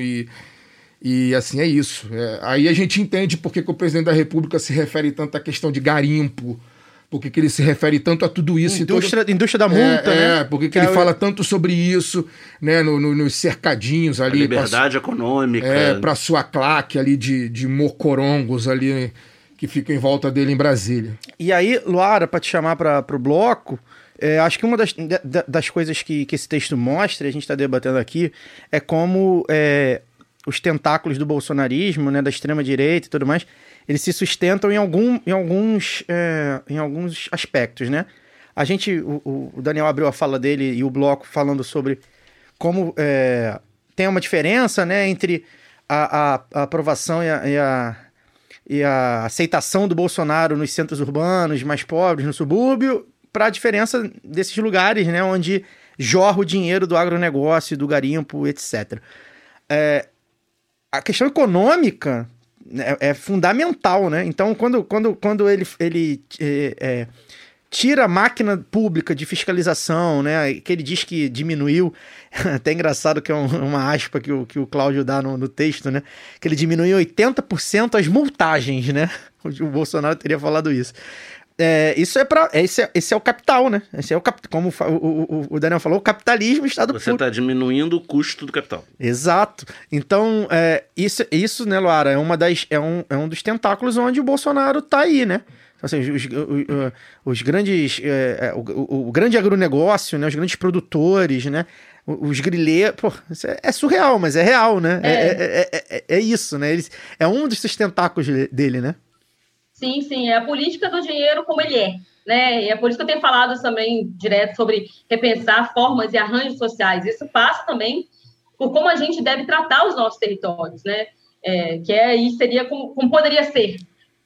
e assim, é isso. Aí a gente entende por que o presidente da República se refere tanto à questão de garimpo, por que ele se refere tanto a tudo isso. Indústria da multa, né? Por que ele fala tanto sobre isso, né, nos cercadinhos ali. A liberdade econômica. Para sua claque ali de mocorongos ali que ficam em volta dele em Brasília. E aí, Luara, para te chamar para o bloco, acho que uma das coisas que esse texto mostra, e a gente está debatendo aqui, é como os tentáculos do bolsonarismo, né, da extrema-direita e tudo mais, eles se sustentam em alguns aspectos, né? O Daniel abriu a fala dele e o bloco falando sobre como tem uma diferença, né, entre a aprovação e a aceitação do Bolsonaro nos centros urbanos mais pobres, no subúrbio, para a diferença desses lugares, né, onde jorra o dinheiro do agronegócio, do garimpo, etc. A questão econômica é fundamental, né? Então, quando ele tira a máquina pública de fiscalização, né, que ele diz que diminuiu, até engraçado que é uma aspa que o Cláudio dá no texto, né, que ele diminuiu 80% as multagens, né? O Bolsonaro teria falado isso. Esse é o capital, né? Como o Daniel falou, o capitalismo está do Você está diminuindo o custo do capital. Exato. Então, isso, né, Luara, é um dos tentáculos onde o Bolsonaro está aí, né? Assim, os grandes... o grande agronegócio, né? Os grandes produtores, né? Os grileiros... Pô, isso é surreal, mas é real, né? É isso, né? É um dos tentáculos dele, né? Sim, é a política do dinheiro como ele é, né? E é por isso que eu tenho falado também direto sobre repensar formas e arranjos sociais. Isso passa também por como a gente deve tratar os nossos territórios, né? Seria como poderia ser.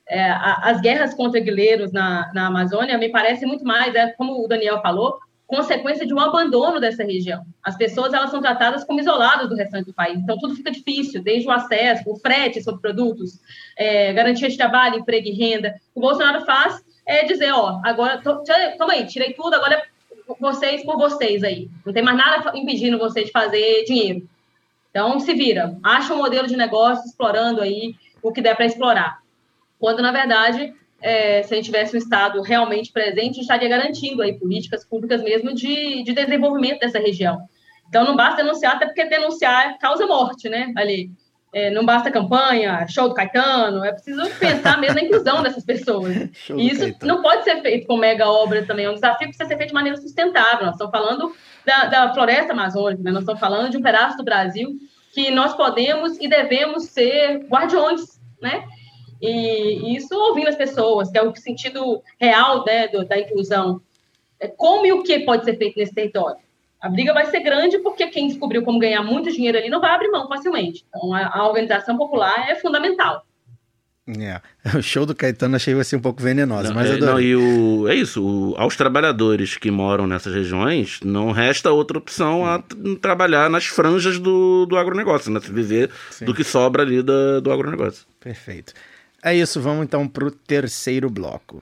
As guerras contra grileiros na Amazônia me parece muito mais, como o Daniel falou, consequência de um abandono dessa região. As pessoas, elas são tratadas como isoladas do restante do país, então tudo fica difícil, desde o acesso, o frete sobre produtos, garantia de trabalho, emprego e renda. O Bolsonaro faz dizer, agora, toma aí, tirei tudo, agora é vocês por vocês aí. Não tem mais nada impedindo vocês de fazer dinheiro. Então, se vira, acha um modelo de negócio explorando aí o que der para explorar. Quando, na verdade... se a gente tivesse um Estado realmente presente, a gente estaria garantindo aí políticas públicas mesmo de desenvolvimento dessa região. Então, não basta denunciar, até porque denunciar causa morte, né? Ali, não basta campanha, show do Caetano, é preciso pensar mesmo na inclusão dessas pessoas. E isso não pode ser feito com mega obras também, é um desafio que precisa ser feito de maneira sustentável. Nós estamos falando da floresta amazônica, né? Nós estamos falando de um pedaço do Brasil que nós podemos e devemos ser guardiões, né? E isso ouvindo as pessoas, que é o sentido real, né, da inclusão. Como e o que pode ser feito nesse território? A briga vai ser grande porque quem descobriu como ganhar muito dinheiro ali não vai abrir mão facilmente. Então, a organização popular é fundamental. O show do Caetano achei vai ser um pouco venenoso, mas é isso. Aos trabalhadores que moram nessas regiões, não resta outra opção a trabalhar nas franjas do agronegócio, né? Se viver do que sobra ali do agronegócio. Perfeito. É isso, vamos então para o terceiro bloco.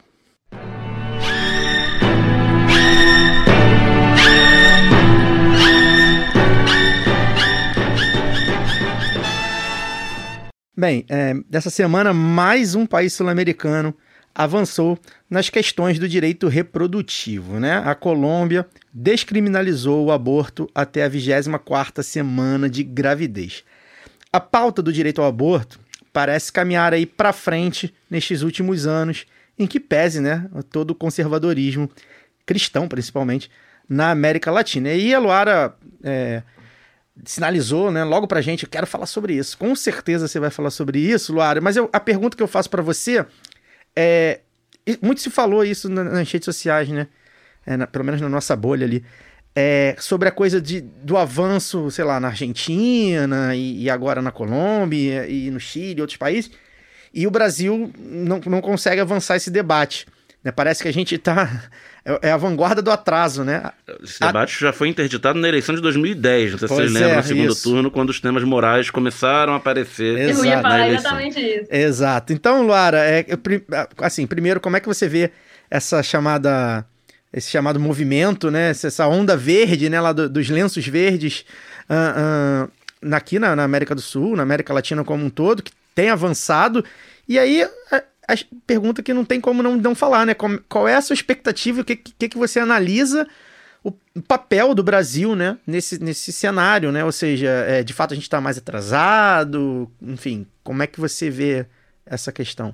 Bem, dessa semana, mais um país sul-americano avançou nas questões do direito reprodutivo, né? A Colômbia descriminalizou o aborto até a 24ª semana de gravidez. A pauta do direito ao aborto parece caminhar aí para frente nestes últimos anos, em que pese, né, todo o conservadorismo cristão, principalmente, na América Latina. E a Luara sinalizou, né, logo pra gente, eu quero falar sobre isso. Com certeza você vai falar sobre isso, Luara, mas a pergunta que eu faço para você muito se falou isso nas redes sociais, né? Pelo menos na nossa bolha ali. Sobre a coisa do avanço, sei lá, na Argentina e agora na Colômbia e no Chile e outros países. E o Brasil não consegue avançar esse debate. Né? Parece que a gente está... É a vanguarda do atraso, né? Esse debate já foi interditado na eleição de 2010. Não sei se vocês lembram, no segundo turno, quando os temas morais começar a aparecer. Eu ia falar exatamente isso. Exato. Então, Luara, assim, primeiro, como é que você vê esse chamado movimento, né? Essa onda verde, né? Lá dos lenços verdes aqui na América do Sul, na América Latina como um todo, que tem avançado. E aí... a pergunta que não tem como não falar, né? Qual é a sua expectativa? O que você analisa o papel do Brasil, né? Nesse cenário, né? Ou seja, de fato a gente está mais atrasado? Enfim, como é que você vê essa questão?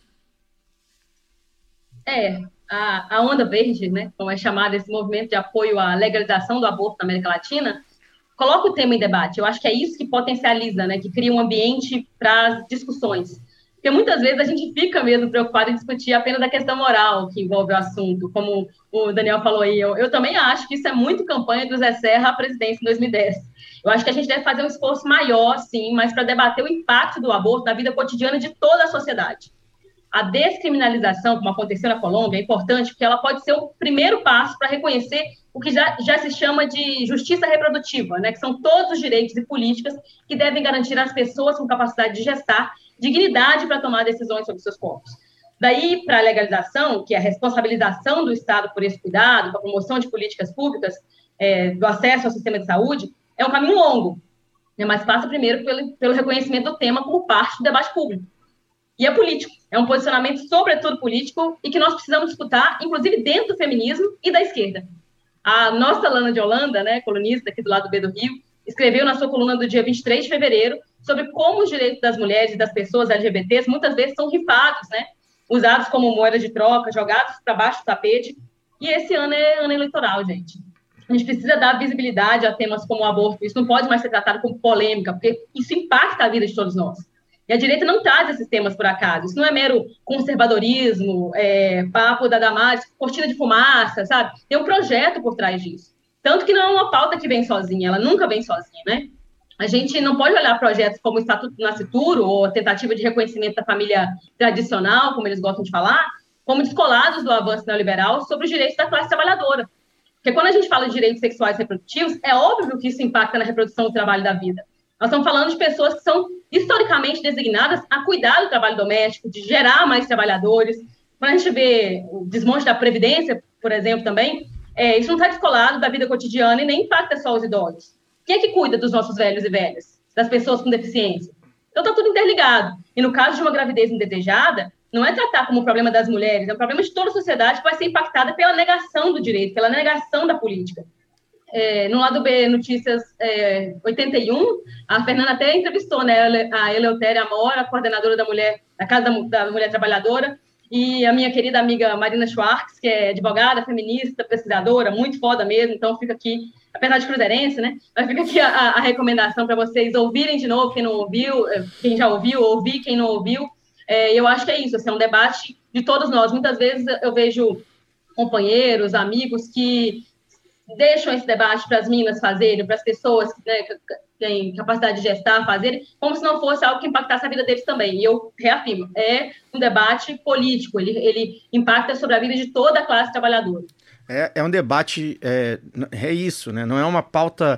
A onda verde, né? Como é chamado esse movimento de apoio à legalização do aborto na América Latina, coloca o tema em debate. Eu acho que é isso que potencializa, né? Que cria um ambiente para as discussões. Porque muitas vezes a gente fica mesmo preocupado em discutir apenas a questão moral que envolve o assunto, como o Daniel falou aí. Eu também acho que isso é muito campanha do Zé Serra à presidência em 2010. Eu acho que a gente deve fazer um esforço maior, sim, mas para debater o impacto do aborto na vida cotidiana de toda a sociedade. A descriminalização, como aconteceu na Colômbia, é importante porque ela pode ser o primeiro passo para reconhecer o que já se chama de justiça reprodutiva, né? Que são todos os direitos e políticas que devem garantir às pessoas com capacidade de gestar dignidade para tomar decisões sobre seus corpos. Daí, para a legalização, que é a responsabilização do Estado por esse cuidado, com a promoção de políticas públicas, do acesso ao sistema de saúde, é um caminho longo, né? Mas passa primeiro pelo reconhecimento do tema como parte do debate público. E é político, é um posicionamento sobretudo político e que nós precisamos disputar, inclusive dentro do feminismo e da esquerda. A nossa Lana de Holanda, né, colunista aqui do lado B do Rio, escreveu na sua coluna do dia 23 de fevereiro sobre como os direitos das mulheres e das pessoas LGBTs muitas vezes são rifados, né, usados como moeda de troca, jogados para baixo do tapete. E esse ano é ano eleitoral, gente. A gente precisa dar visibilidade a temas como o aborto. Isso não pode mais ser tratado como polêmica, porque isso impacta a vida de todos nós. E a direita não traz esses temas por acaso. Isso não é mero conservadorismo, papo da Damares, cortina de fumaça, sabe? Tem um projeto por trás disso. Tanto que não é uma pauta que vem sozinha, ela nunca vem sozinha, né? A gente não pode olhar projetos como o Estatuto do Nascituro ou a tentativa de reconhecimento da família tradicional, como eles gostam de falar, como descolados do avanço neoliberal sobre os direitos da classe trabalhadora. Porque quando a gente fala de direitos sexuais e reprodutivos, é óbvio que isso impacta na reprodução do trabalho da vida. Nós estamos falando de pessoas que são historicamente designadas a cuidar do trabalho doméstico, de gerar mais trabalhadores. Quando a gente vê o desmonte da Previdência, por exemplo, também, isso não está descolado da vida cotidiana e nem impacta só os idosos. Quem é que cuida dos nossos velhos e velhas? Das pessoas com deficiência? Então está tudo interligado. E no caso de uma gravidez indesejada, não é tratar como um problema das mulheres, é um problema de toda a sociedade que vai ser impactada pela negação do direito, pela negação da política. No lado B, Notícias 81, a Fernanda até entrevistou, né, a Eleutéria Amora, a coordenadora da Casa da Mulher Trabalhadora, e a minha querida amiga Marina Schwartz, que é advogada, feminista, pesquisadora, muito foda mesmo, então fica aqui, apesar de cruzeirense, né, mas fica aqui a recomendação para vocês ouvirem de novo, quem não ouviu, quem já ouviu, ouvir quem não ouviu. Eu acho que é isso, assim, é um debate de todos nós. Muitas vezes eu vejo companheiros, amigos que deixam esse debate para as meninas fazerem, para as pessoas, né, que têm capacidade de gestar fazerem, como se não fosse algo que impactasse a vida deles também. E eu reafirmo, é um debate político, ele impacta sobre a vida de toda a classe trabalhadora. É um debate, isso, né? Não é uma pauta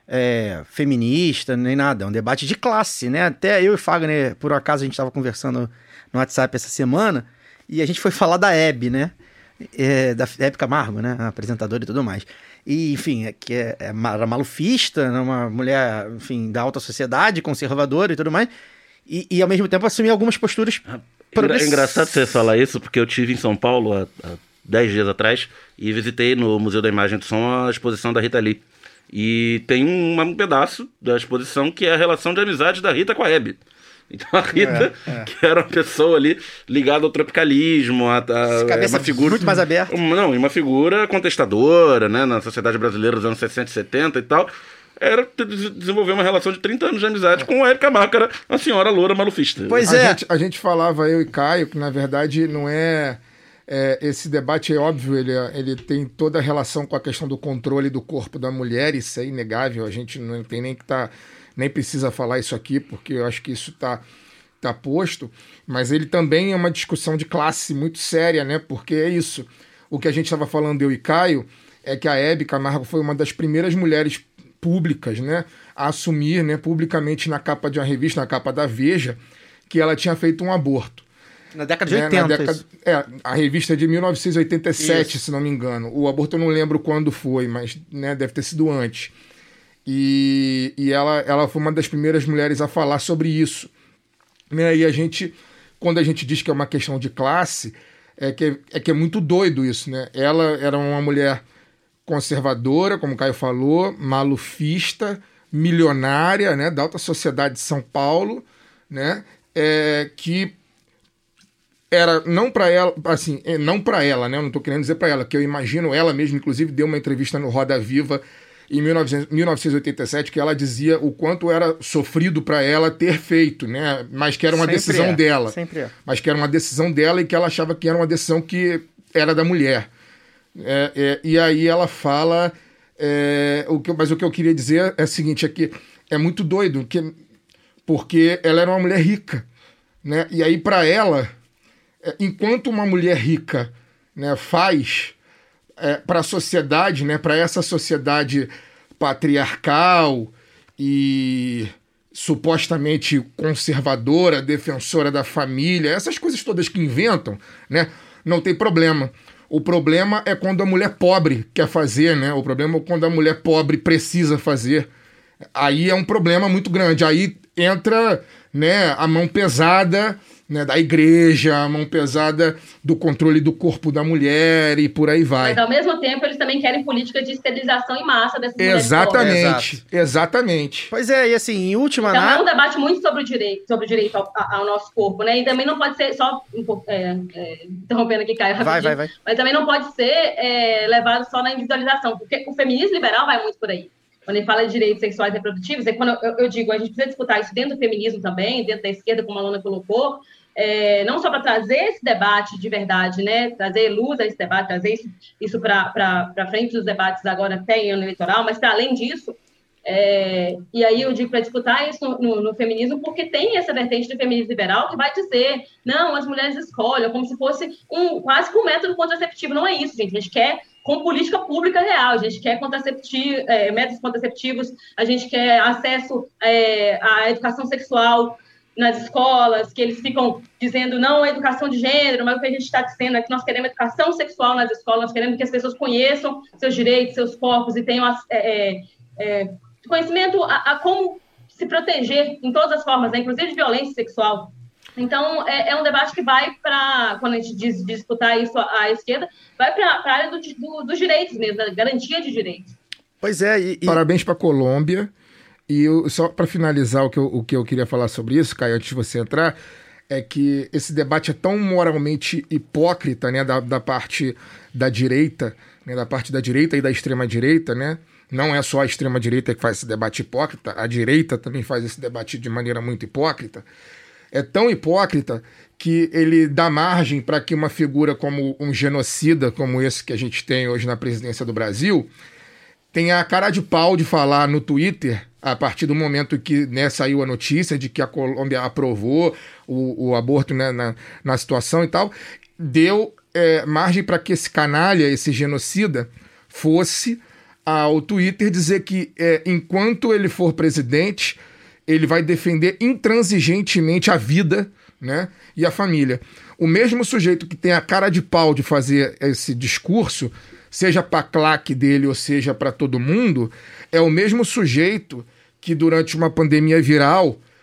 feminista, nem nada, é um debate de classe, né? Até eu e Fagner, por acaso, a gente estava conversando no WhatsApp essa semana, e a gente foi falar da Hebe, né? Da Hebe Camargo, né? A apresentadora e tudo mais. E, enfim, que era malufista, uma mulher, enfim, da alta sociedade, conservadora e tudo mais. e ao mesmo tempo assumir algumas posturas É engraçado você falar isso, porque eu estive em São Paulo há 10 dias atrás e visitei no Museu da Imagem do Som a exposição da Rita Lee. E tem um pedaço da exposição que é a relação de amizade da Rita com a Hebe. Então a Rita, que era uma pessoa ali ligada ao tropicalismo, cabeça uma figura muito mais aberta. Uma figura contestadora, né, na sociedade brasileira dos anos 60 e 70 e tal. Era desenvolver uma relação de 30 anos de amizade com a Hebe Camargo, que era uma senhora loura malufista. Pois A gente falava, eu e Caio, que na verdade não esse debate é óbvio, ele tem toda a relação com a questão do controle do corpo da mulher, isso é inegável, a gente não tem nem precisa falar isso aqui, porque eu acho que isso tá posto, mas ele também é uma discussão de classe muito séria, né? Porque é isso, o que a gente estava falando, eu e Caio, é que a Hebe Camargo foi uma das primeiras mulheres públicas, né, a assumir, né, publicamente na capa de uma revista, na capa da Veja, que ela tinha feito um aborto. Na década de 80. A revista é de 1987, isso, se não me engano. O aborto eu não lembro quando foi, mas, né, deve ter sido antes. E ela foi uma das primeiras mulheres a falar sobre isso. Né? E quando a gente diz que é uma questão de classe, é que é muito doido isso, né? Ela era uma mulher conservadora, como o Caio falou, malufista, milionária, né, da alta sociedade de São Paulo, né, que era não para ela, assim, não para ela, né, eu não estou querendo dizer para ela, que eu imagino ela mesma, inclusive, deu uma entrevista no Roda Viva em 1987, que ela dizia o quanto era sofrido para ela ter feito, né, mas que era uma decisão dela. Sempre é. Mas que era uma decisão dela e que ela achava que era uma decisão que era da mulher. E aí ela fala, mas o que eu queria dizer é o seguinte, é que é muito doido, porque ela era uma mulher rica, né? E aí para ela, enquanto uma mulher rica, né, faz para a sociedade, né, para essa sociedade patriarcal e supostamente conservadora, defensora da família, essas coisas todas que inventam, né, não tem problema. O problema é quando a mulher pobre quer fazer, né? O problema é quando a mulher pobre precisa fazer. Aí é um problema muito grande. Aí entra, né, a mão pesada, né, da igreja, a mão pesada do controle do corpo da mulher e por aí vai. Mas ao mesmo tempo eles também querem política de esterilização em massa dessas mulheres. Exatamente. Pois é, e assim, em última... Então é um debate muito sobre o direito ao nosso corpo, né? E também não pode ser só... interrompendo aqui, Caio, rapidinho. Vai. Mas também não pode ser levado só na individualização, porque o feminismo liberal vai muito por aí. Quando ele fala de direitos sexuais e reprodutivos, é quando eu digo, a gente precisa disputar isso dentro do feminismo também, dentro da esquerda, como a Alana colocou, não só para trazer esse debate de verdade, né, trazer luz a esse debate, trazer isso para frente dos debates agora até em ano eleitoral, mas para além disso, e aí eu digo para disputar isso no feminismo, porque tem essa vertente do feminismo liberal que vai dizer, não, as mulheres escolhem, como se fosse quase que um método contraceptivo. Não é isso, gente, a gente quer com política pública real, a gente quer métodos contraceptivos, a gente quer acesso à educação sexual nas escolas, que eles ficam dizendo não a educação de gênero, mas o que a gente está dizendo é que nós queremos educação sexual nas escolas, nós queremos que as pessoas conheçam seus direitos, seus corpos e tenham conhecimento a como se proteger em todas as formas, né, inclusive de violência sexual. Então, é um debate que vai para, quando a gente diz disputar isso à esquerda, vai para a área dos direitos mesmo, da garantia de direitos. Pois é. Parabéns para a Colômbia. E só para finalizar o que eu queria falar sobre isso, Caio, antes de você entrar, é que esse debate é tão moralmente hipócrita, né, da parte da direita, né, da parte da direita e da extrema-direita, né? Não é só a extrema-direita que faz esse debate hipócrita, a direita também faz esse debate de maneira muito hipócrita. É tão hipócrita que ele dá margem para que uma figura como um genocida, como esse que a gente tem hoje na presidência do Brasil, tenha a cara de pau de falar no Twitter, a partir do momento que, né, saiu a notícia de que a Colômbia aprovou o aborto, né, na situação e tal, deu margem para que esse canalha, esse genocida, fosse ao Twitter dizer que enquanto ele for presidente, ele vai defender intransigentemente a vida, né, e a família. O mesmo sujeito que tem a cara de pau de fazer esse discurso, seja para a claque dele ou seja para todo mundo, é o mesmo sujeito que durante uma pandemia viral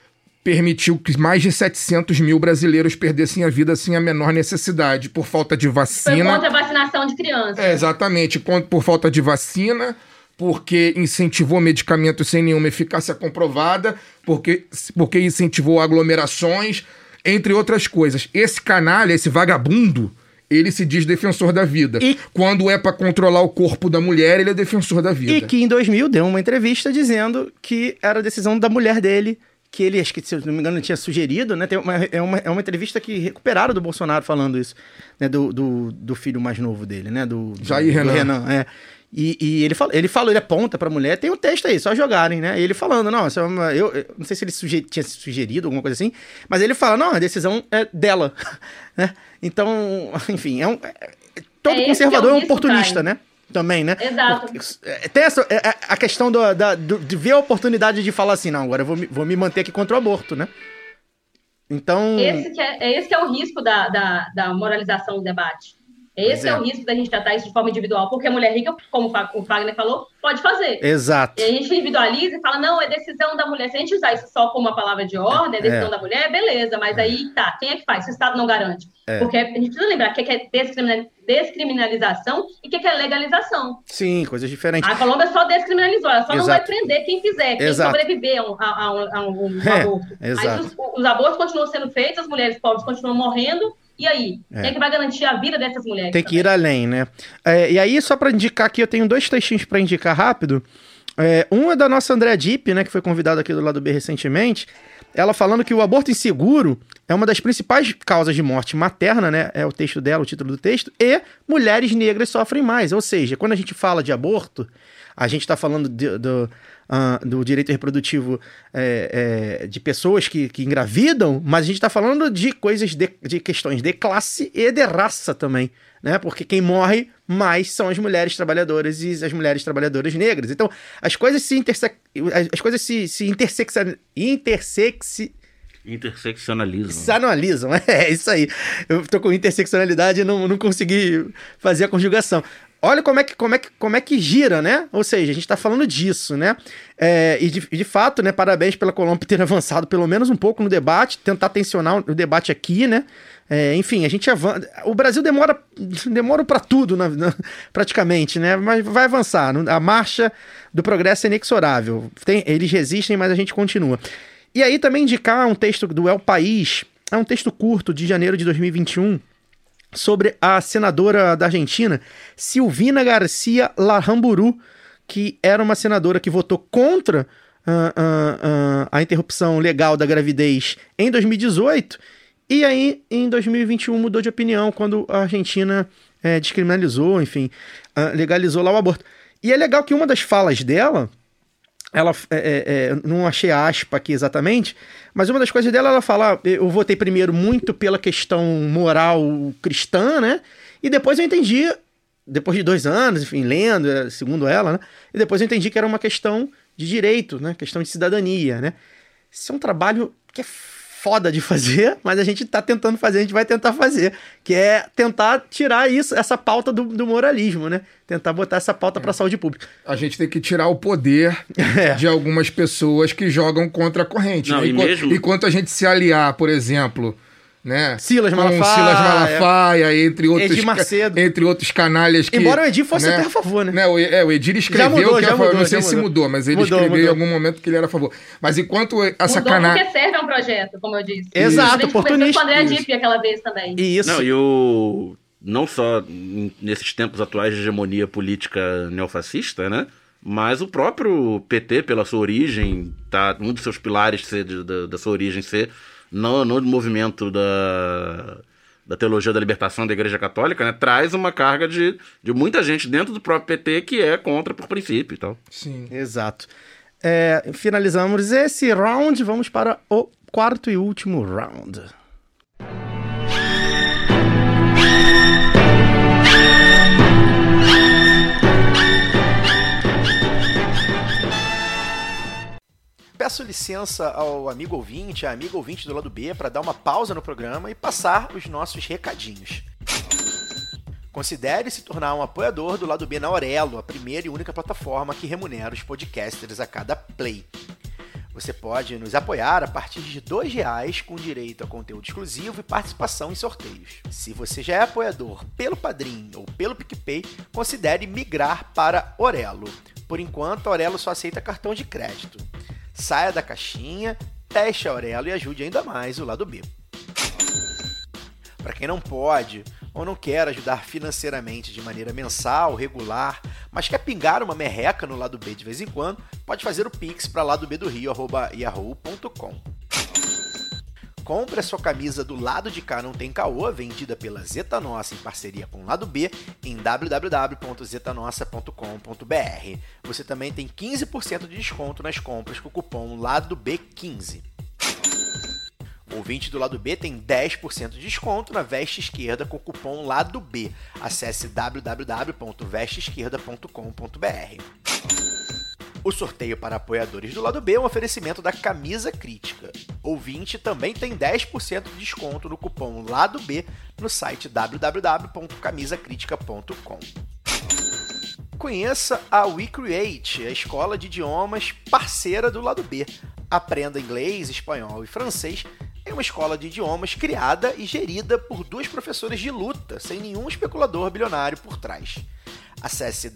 permitiu que mais de 700 mil brasileiros perdessem a vida sem a menor necessidade, por falta de vacina. Foi contra a vacinação de crianças. Exatamente, por falta de vacina, porque incentivou medicamentos sem nenhuma eficácia comprovada, porque incentivou aglomerações, entre outras coisas. Esse canalha, esse vagabundo, ele se diz defensor da vida. E quando é pra controlar o corpo da mulher, ele é defensor da vida. E que em 2000 deu uma entrevista dizendo que era a decisão da mulher dele, que ele, acho que se não me engano, tinha sugerido, né? É uma entrevista que recuperaram do Bolsonaro falando isso, né? Do filho mais novo dele, né? Do Jair Renan. E ele aponta pra mulher, tem um texto aí, só jogarem, né? E ele falando, não, eu não sei se ele tinha sugerido alguma coisa assim, mas ele fala, não, a decisão é dela, né? Então, enfim, todo conservador é um oportunista, né? Também, né? Exato. Tem a questão de ver a oportunidade de falar assim, não, agora eu vou me manter aqui contra o aborto, né? Então... Esse que é o risco da moralização do debate. Esse é o risco da gente tratar isso de forma individual, porque a mulher rica, como o Fagner falou, pode fazer. Exato. E a gente individualiza e fala, não, é decisão da mulher. Se a gente usar isso só como uma palavra de ordem, é decisão da mulher, beleza, mas aí tá, quem é que faz? Se o Estado não garante. Porque a gente precisa lembrar que é descriminalização e que é legalização. Sim, coisas diferentes. A Colômbia só descriminalizou, ela só não vai prender quem fizer, quem sobreviver a um aborto. Mas os abortos continuam sendo feitos, as mulheres pobres continuam morrendo. E aí? Quem é que vai garantir a vida dessas mulheres? Tem que ir além, né? E aí, só para indicar aqui, eu tenho 2 textinhos para indicar rápido. Um é da nossa Andréa Dipp, né, que foi convidada aqui do Lado B recentemente. Ela falando que o aborto inseguro é uma das principais causas de morte materna, né? É o texto dela, o título do texto. E mulheres negras sofrem mais. Ou seja, quando a gente fala de aborto, a gente está falando do direito reprodutivo de pessoas que engravidam, mas a gente está falando de coisas de questões de classe e de raça também, né? Porque quem morre mais são as mulheres trabalhadoras e as mulheres trabalhadoras negras. Então, as coisas se interseccionalizam. É isso aí. Eu tô com interseccionalidade e não consegui fazer a conjugação. Olha como é que gira, né? Ou seja, a gente tá falando disso, né? E de fato, né? Parabéns pela Colômbia ter avançado pelo menos um pouco no debate, tentar tensionar o debate aqui, né? Enfim, a gente avança. O Brasil demora para tudo, praticamente, né? Mas vai avançar. A marcha do progresso é inexorável. Eles resistem, mas a gente continua. E aí também indicar um texto do El País, é um texto curto de janeiro de 2021, sobre a senadora da Argentina, Silvina Garcia Larramburu, que era uma senadora que votou contra a interrupção legal da gravidez em 2018, e aí em 2021 mudou de opinião quando a Argentina descriminalizou, enfim, legalizou lá o aborto. E é legal que uma das falas dela, ela não achei a aspa aqui exatamente, mas uma das coisas dela, ela fala, eu votei primeiro muito pela questão moral cristã, né? E depois eu entendi, depois de 2 anos, enfim, lendo, segundo ela, né? E depois eu entendi que era uma questão de direito, né? Questão de cidadania, né? Isso é um trabalho que é foda de fazer, mas a gente tá tentando fazer, a gente vai tentar fazer, que é tentar tirar essa pauta do moralismo, né? Tentar botar essa pauta para a saúde pública. A gente tem que tirar o poder de algumas pessoas que jogam contra a corrente. Não, né? Enquanto a gente se aliar, por exemplo, né? Silas Malafaia, entre outros canalhas que... Embora o Edir fosse até a favor, né? O Edir escreveu não sei se mudou, mas ele escreveu em algum momento que ele era a favor. Mas enquanto essa canalha... Porque serve a um projeto, como eu disse. Exato, oportunista. Com a Andréa Dipp aquela vez também. Isso. Não só nesses tempos atuais de hegemonia política neofascista, né? Mas o próprio PT, pela sua origem, um dos seus pilares da sua origem ser no movimento da teologia da libertação da Igreja Católica, né, traz uma carga de muita gente dentro do próprio PT que é contra por princípio e tal. Sim, exato. Finalizamos esse round, vamos para o 4º e último round. Peço licença ao amigo ouvinte, à amiga ouvinte do Lado B, para dar uma pausa no programa e passar os nossos recadinhos. Considere se tornar um apoiador do Lado B na Aurelo, a primeira e única plataforma que remunera os podcasters a cada play. Você pode nos apoiar a partir de R$2 com direito a conteúdo exclusivo e participação em sorteios. Se você já é apoiador pelo Padrim ou pelo PicPay, considere migrar para Orelo. Por enquanto, a Orelo só aceita cartão de crédito. Saia da caixinha, teste a Orelo e ajude ainda mais o lado B. Para quem não pode ou não quer ajudar financeiramente de maneira mensal, regular, mas quer pingar uma merreca no lado B de vez em quando, pode fazer o Pix para ladobdorio@yahoo.com. Compre a sua camisa do Lado de Cá Não Tem Caô, vendida pela Zeta Nossa em parceria com o Lado B, em www.zetanossa.com.br. Você também tem 15% de desconto nas compras com o cupom LADOB15. O ouvinte do Lado B tem 10% de desconto na veste esquerda com o cupom LADOB. Acesse www.vesteesquerda.com.br. O sorteio para apoiadores do Lado B é um oferecimento da Camisa Crítica. Ouvinte também tem 10% de desconto no cupom LADOB no site www.camisacritica.com. Conheça a WeCreate, a escola de idiomas parceira do Lado B. Aprenda inglês, espanhol e francês em uma escola de idiomas criada e gerida por 2 professores de luta, sem nenhum especulador bilionário por trás. Acesse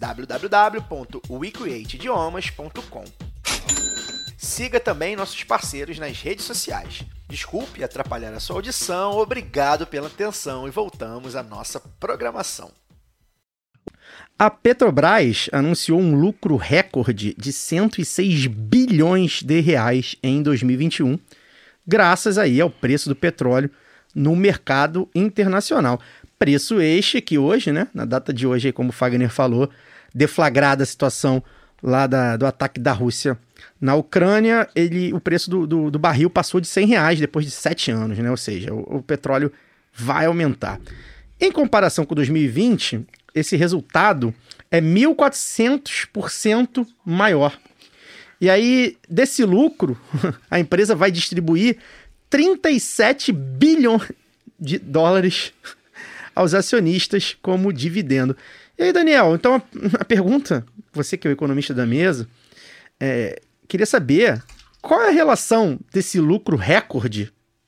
www.wecreateidiomas.com. Siga também nossos parceiros nas redes sociais. Desculpe atrapalhar a sua audição, obrigado pela atenção e voltamos à nossa programação. A Petrobras anunciou um lucro recorde de 106 bilhões de reais em 2021, graças aí ao preço do petróleo no mercado internacional. Preço este que hoje, né, na data de hoje, como o Fagner falou, deflagrada a situação lá do ataque da Rússia na Ucrânia, o preço do barril passou de R$100 depois de 7 anos, né? Ou seja, o petróleo vai aumentar. Em comparação com 2020, esse resultado é 1.400% maior. E aí, desse lucro, a empresa vai distribuir 37 bilhões de dólares aos acionistas como dividendo. E aí, Daniel, então a pergunta, você que é o economista da mesa, queria saber qual é a relação desse lucro recorde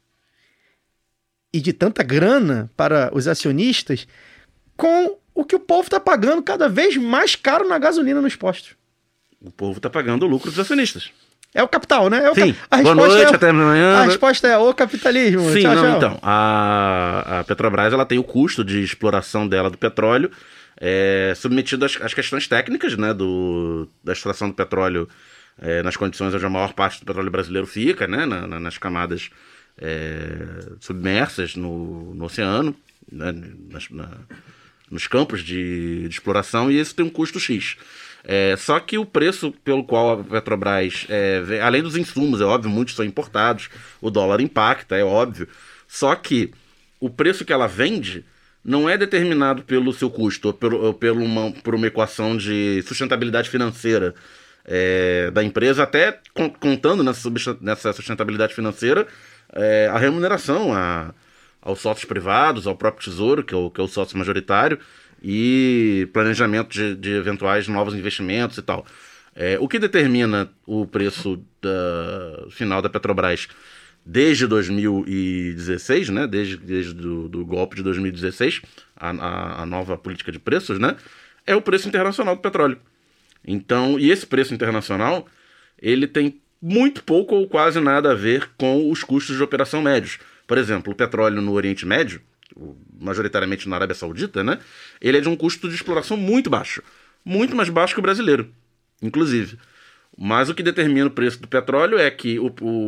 e de tanta grana para os acionistas com o que o povo está pagando cada vez mais caro na gasolina nos postos. O povo está pagando o lucro dos acionistas. É o capital, né? Sim. Boa noite, até amanhã. A resposta é o capitalismo. Sim, tchau, tchau. Então, a Petrobras ela tem o custo de exploração dela do petróleo submetido às questões técnicas, né, da extração do petróleo nas condições onde a maior parte do petróleo brasileiro fica, né, nas camadas submersas no oceano, né, nos campos de exploração, e isso tem um custo X. Só que o preço pelo qual a Petrobras, além dos insumos, é óbvio, muitos são importados, o dólar impacta, é óbvio, só que o preço que ela vende não é determinado pelo seu custo, ou por uma equação de sustentabilidade financeira da empresa, até contando nessa sustentabilidade financeira a remuneração aos sócios privados, ao próprio Tesouro, que é o sócio majoritário, e planejamento de eventuais novos investimentos e tal. O que determina o preço final da Petrobras desde 2016, né, desde do golpe de 2016, a nova política de preços, né, é o preço internacional do petróleo. Então, e esse preço internacional, ele tem muito pouco ou quase nada a ver com os custos de operação médios. Por exemplo, o petróleo no Oriente Médio, majoritariamente na Arábia Saudita, né, ele é de um custo de exploração muito baixo. Muito mais baixo que o brasileiro, inclusive. Mas o que determina o preço do petróleo é que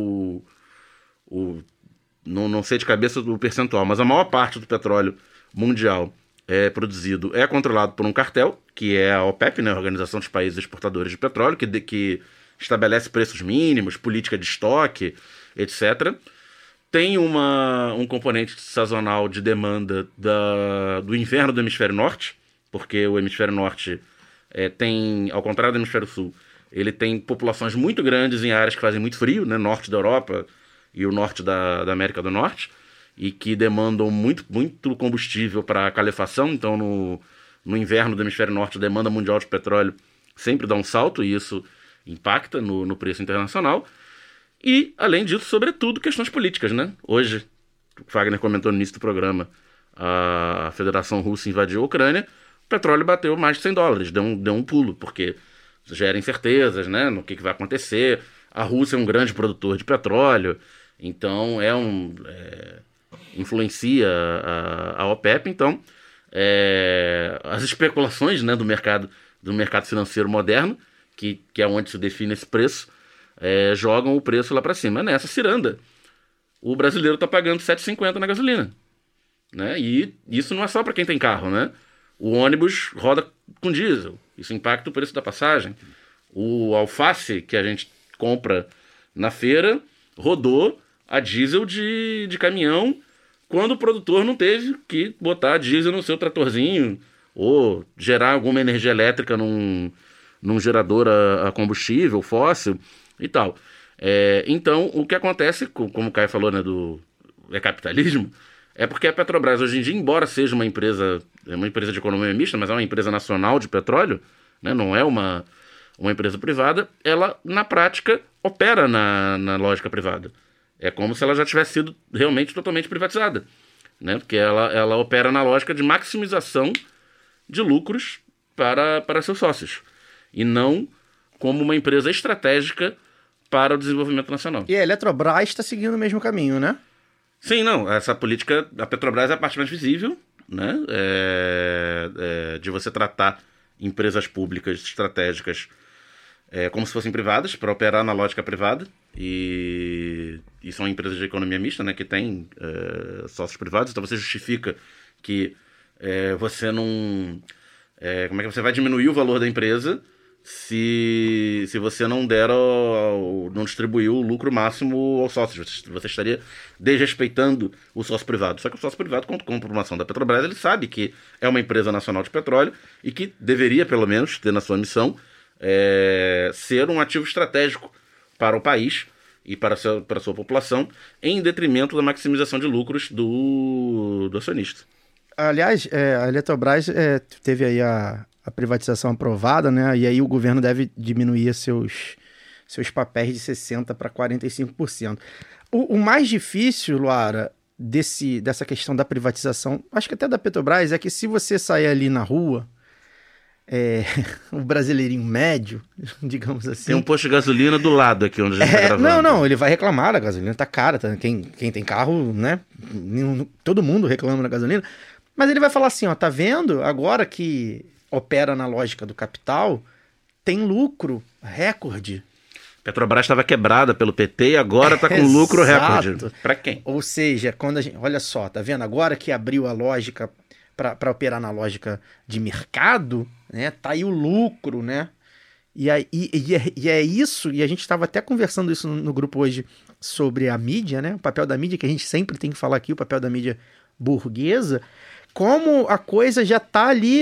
não sei de cabeça do percentual, mas a maior parte do petróleo mundial é controlado por um cartel, que é a OPEP, né, a Organização dos Países Exportadores de Petróleo, que estabelece preços mínimos, política de estoque, etc. Tem um componente sazonal de demanda do inverno do hemisfério norte, porque o hemisfério norte tem, ao contrário do hemisfério sul, ele tem populações muito grandes em áreas que fazem muito frio, né, norte da Europa e o norte da América do Norte, e que demandam muito, muito combustível para calefação. Então, no inverno do hemisfério norte, a demanda mundial de petróleo sempre dá um salto, e isso impacta no preço internacional. E, além disso, sobretudo, questões políticas, né? Hoje, o Fagner comentou no início do programa, a Federação Russa invadiu a Ucrânia, o petróleo bateu mais de $100, deu um pulo, porque gera incertezas, né, no que vai acontecer. A Rússia é um grande produtor de petróleo, então influencia a OPEP. Então, as especulações, né, do mercado financeiro moderno, que é onde se define esse preço, jogam o preço lá para cima. Nessa ciranda, o brasileiro está pagando R$7,50 na gasolina, né? E isso não é só para quem tem carro, né? O ônibus roda com diesel, isso impacta o preço da passagem. O alface que a gente compra na feira rodou a diesel de caminhão quando o produtor não teve que botar diesel no seu tratorzinho ou gerar alguma energia elétrica num gerador a combustível fóssil e tal. Então, o que acontece, como o Caio falou, né, é capitalismo, é porque a Petrobras hoje em dia, embora seja uma empresa de economia mista, mas é uma empresa nacional de petróleo, né, não é uma empresa privada, ela, na prática, opera na lógica privada. É como se ela já tivesse sido realmente totalmente privatizada, né, porque ela opera na lógica de maximização de lucros para seus sócios, e não como uma empresa estratégica para o desenvolvimento nacional. E a Eletrobras está seguindo o mesmo caminho, né? Sim, não. Essa política, a Petrobras é a parte mais visível, né? De você tratar empresas públicas estratégicas como se fossem privadas, para operar na lógica privada. E são empresas de economia mista, né? Que tem sócios privados. Então você justifica que você não... como é que você vai diminuir o valor da empresa se você não não distribuir o lucro máximo aos sócios? Você estaria desrespeitando o sócio privado. Só que o sócio privado, quando compra uma ação da Petrobras, ele sabe que é uma empresa nacional de petróleo e que deveria, pelo menos, ter na sua missão ser um ativo estratégico para o país e para a sua população, em detrimento da maximização de lucros do acionista. Aliás, a Eletrobras teve aí a privatização aprovada, né? E aí o governo deve diminuir seus papéis de 60% para 45%. O mais difícil, Luara, dessa questão da privatização, acho que até da Petrobras, é que se você sair ali na rua, o brasileirinho médio, digamos assim... Tem um posto de gasolina do lado aqui onde a gente está gravando. Não, ele vai reclamar, a gasolina tá cara, tá? Quem tem carro, né? Todo mundo reclama da gasolina. Mas ele vai falar assim, ó, tá vendo? Agora que opera na lógica do capital, tem lucro recorde. Petrobras estava quebrada pelo PT e agora está com lucro recorde. Para quem? Ou seja, quando olha só, tá vendo? Agora que abriu a lógica para operar na lógica de mercado, né? Tá aí o lucro, né? E é isso, e a gente estava até conversando isso no grupo hoje sobre a mídia, né? O papel da mídia, que a gente sempre tem que falar aqui, o papel da mídia burguesa, como a coisa já tá ali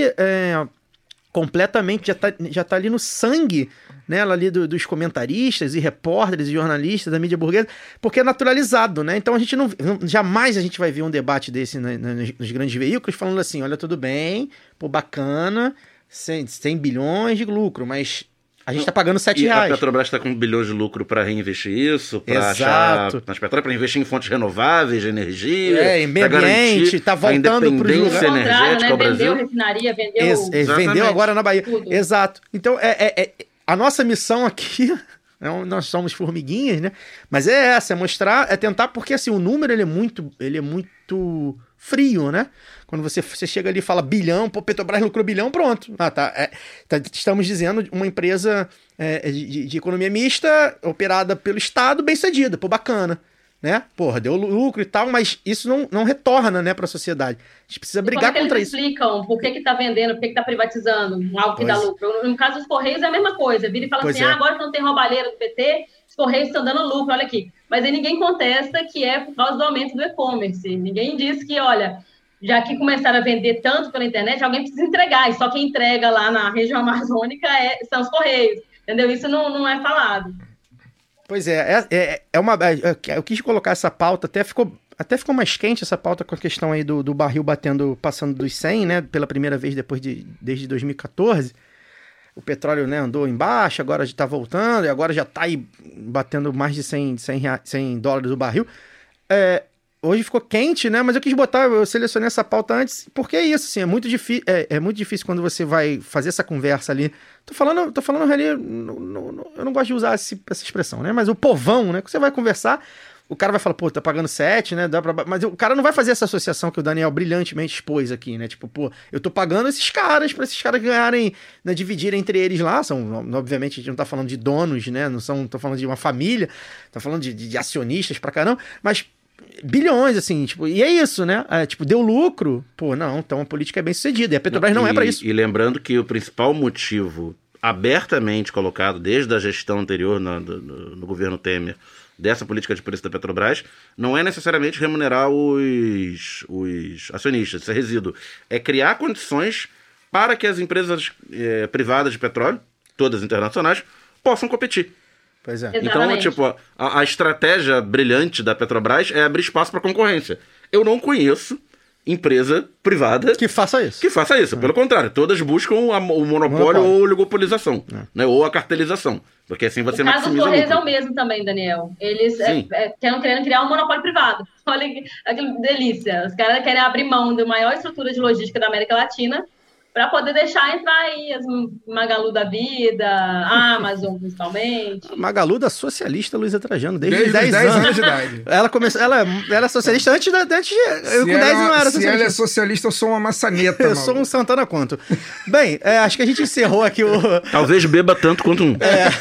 completamente, já tá ali no sangue, né, ali dos comentaristas e repórteres e jornalistas da mídia burguesa, porque é naturalizado, né? Então a gente jamais a gente vai ver um debate desse nos grandes veículos falando assim, olha, tudo bem, pô, bacana, 100 bilhões de lucro, mas a gente está pagando R$7. A Petrobras está com bilhões de lucro para reinvestir isso, para achar mais petróleo, para investir em fontes renováveis de energia, em meio ambiente, está voltando para o lugar energética ao Brasil. Vendeu refinaria, vendeu agora na Bahia. Tudo. Exato. Então, a nossa missão aqui, nós somos formiguinhas, né? Mas é mostrar, tentar, porque assim, o número ele é muito frio, né? Quando você chega ali e fala bilhão, pô, Petrobras lucrou bilhão, pronto. Estamos dizendo uma empresa de economia mista, operada pelo Estado, bem sucedida, pô, bacana, né? Porra, deu lucro e tal, mas isso não retorna, né, para a sociedade. A gente precisa brigar contra isso. Eles explicam por que está vendendo, por que está privatizando algo que dá lucro. No caso dos Correios é a mesma coisa. Vira e fala assim, agora que não tem roubalheira do PT, os Correios estão dando lucro, olha aqui. Mas aí ninguém contesta que é por causa do aumento do e-commerce. Ninguém diz que, olha, já que começaram a vender tanto pela internet, alguém precisa entregar. E só quem entrega lá na região amazônica são os Correios. Entendeu? Isso não é falado. Pois eu quis colocar essa pauta, até ficou mais quente essa pauta com a questão aí do barril passando dos 100, né, pela primeira vez desde 2014, o petróleo, né, andou embaixo, agora já está voltando, e agora já está aí batendo mais de 100 dólares o barril. Hoje ficou quente, né? Mas eu selecionei essa pauta antes, porque é isso, assim, é muito difícil quando você vai fazer essa conversa ali. Tô falando ali, eu não gosto de usar essa expressão, né? Mas o povão, né? Que você vai conversar, o cara vai falar, pô, tá pagando 7, né? Mas o cara não vai fazer essa associação que o Daniel brilhantemente expôs aqui, né? Tipo, pô, eu tô pagando esses caras pra esses caras ganharem, né? Dividirem entre eles lá. Obviamente, a gente não tá falando de donos, né? Tô falando de uma família, tá falando de acionistas pra caramba, mas bilhões, assim, tipo, e é isso, né? Deu lucro, pô, não, então a política é bem sucedida, e a Petrobras não é pra isso. E lembrando que o principal motivo abertamente colocado desde a gestão anterior no governo Temer dessa política de preço da Petrobras não é necessariamente remunerar os acionistas, isso é resíduo, é criar condições para que as empresas privadas de petróleo, todas internacionais, possam competir. Pois é. Então, tipo, a estratégia brilhante da Petrobras é abrir espaço para concorrência. Eu não conheço empresa privada que faça isso. Pelo contrário, todas buscam o monopólio ou a oligopolização, né? Ou a cartelização. Porque assim você maximiza o lucro. O caso do Correios é o mesmo também, Daniel. Eles estão querendo criar um monopólio privado. Olha que delícia. Os caras querem abrir mão da maior estrutura de logística da América Latina para poder deixar entrar aí as Magalu da vida, a Amazon principalmente. A Magalu da socialista Luísa Trajano, desde 10 anos de idade. Ela era socialista antes eu com 10 não era socialista. Se ela é socialista, eu sou uma maçaneta. Eu sou um Santana Quanto. Bem, acho que a gente encerrou aqui o... Talvez beba tanto quanto um.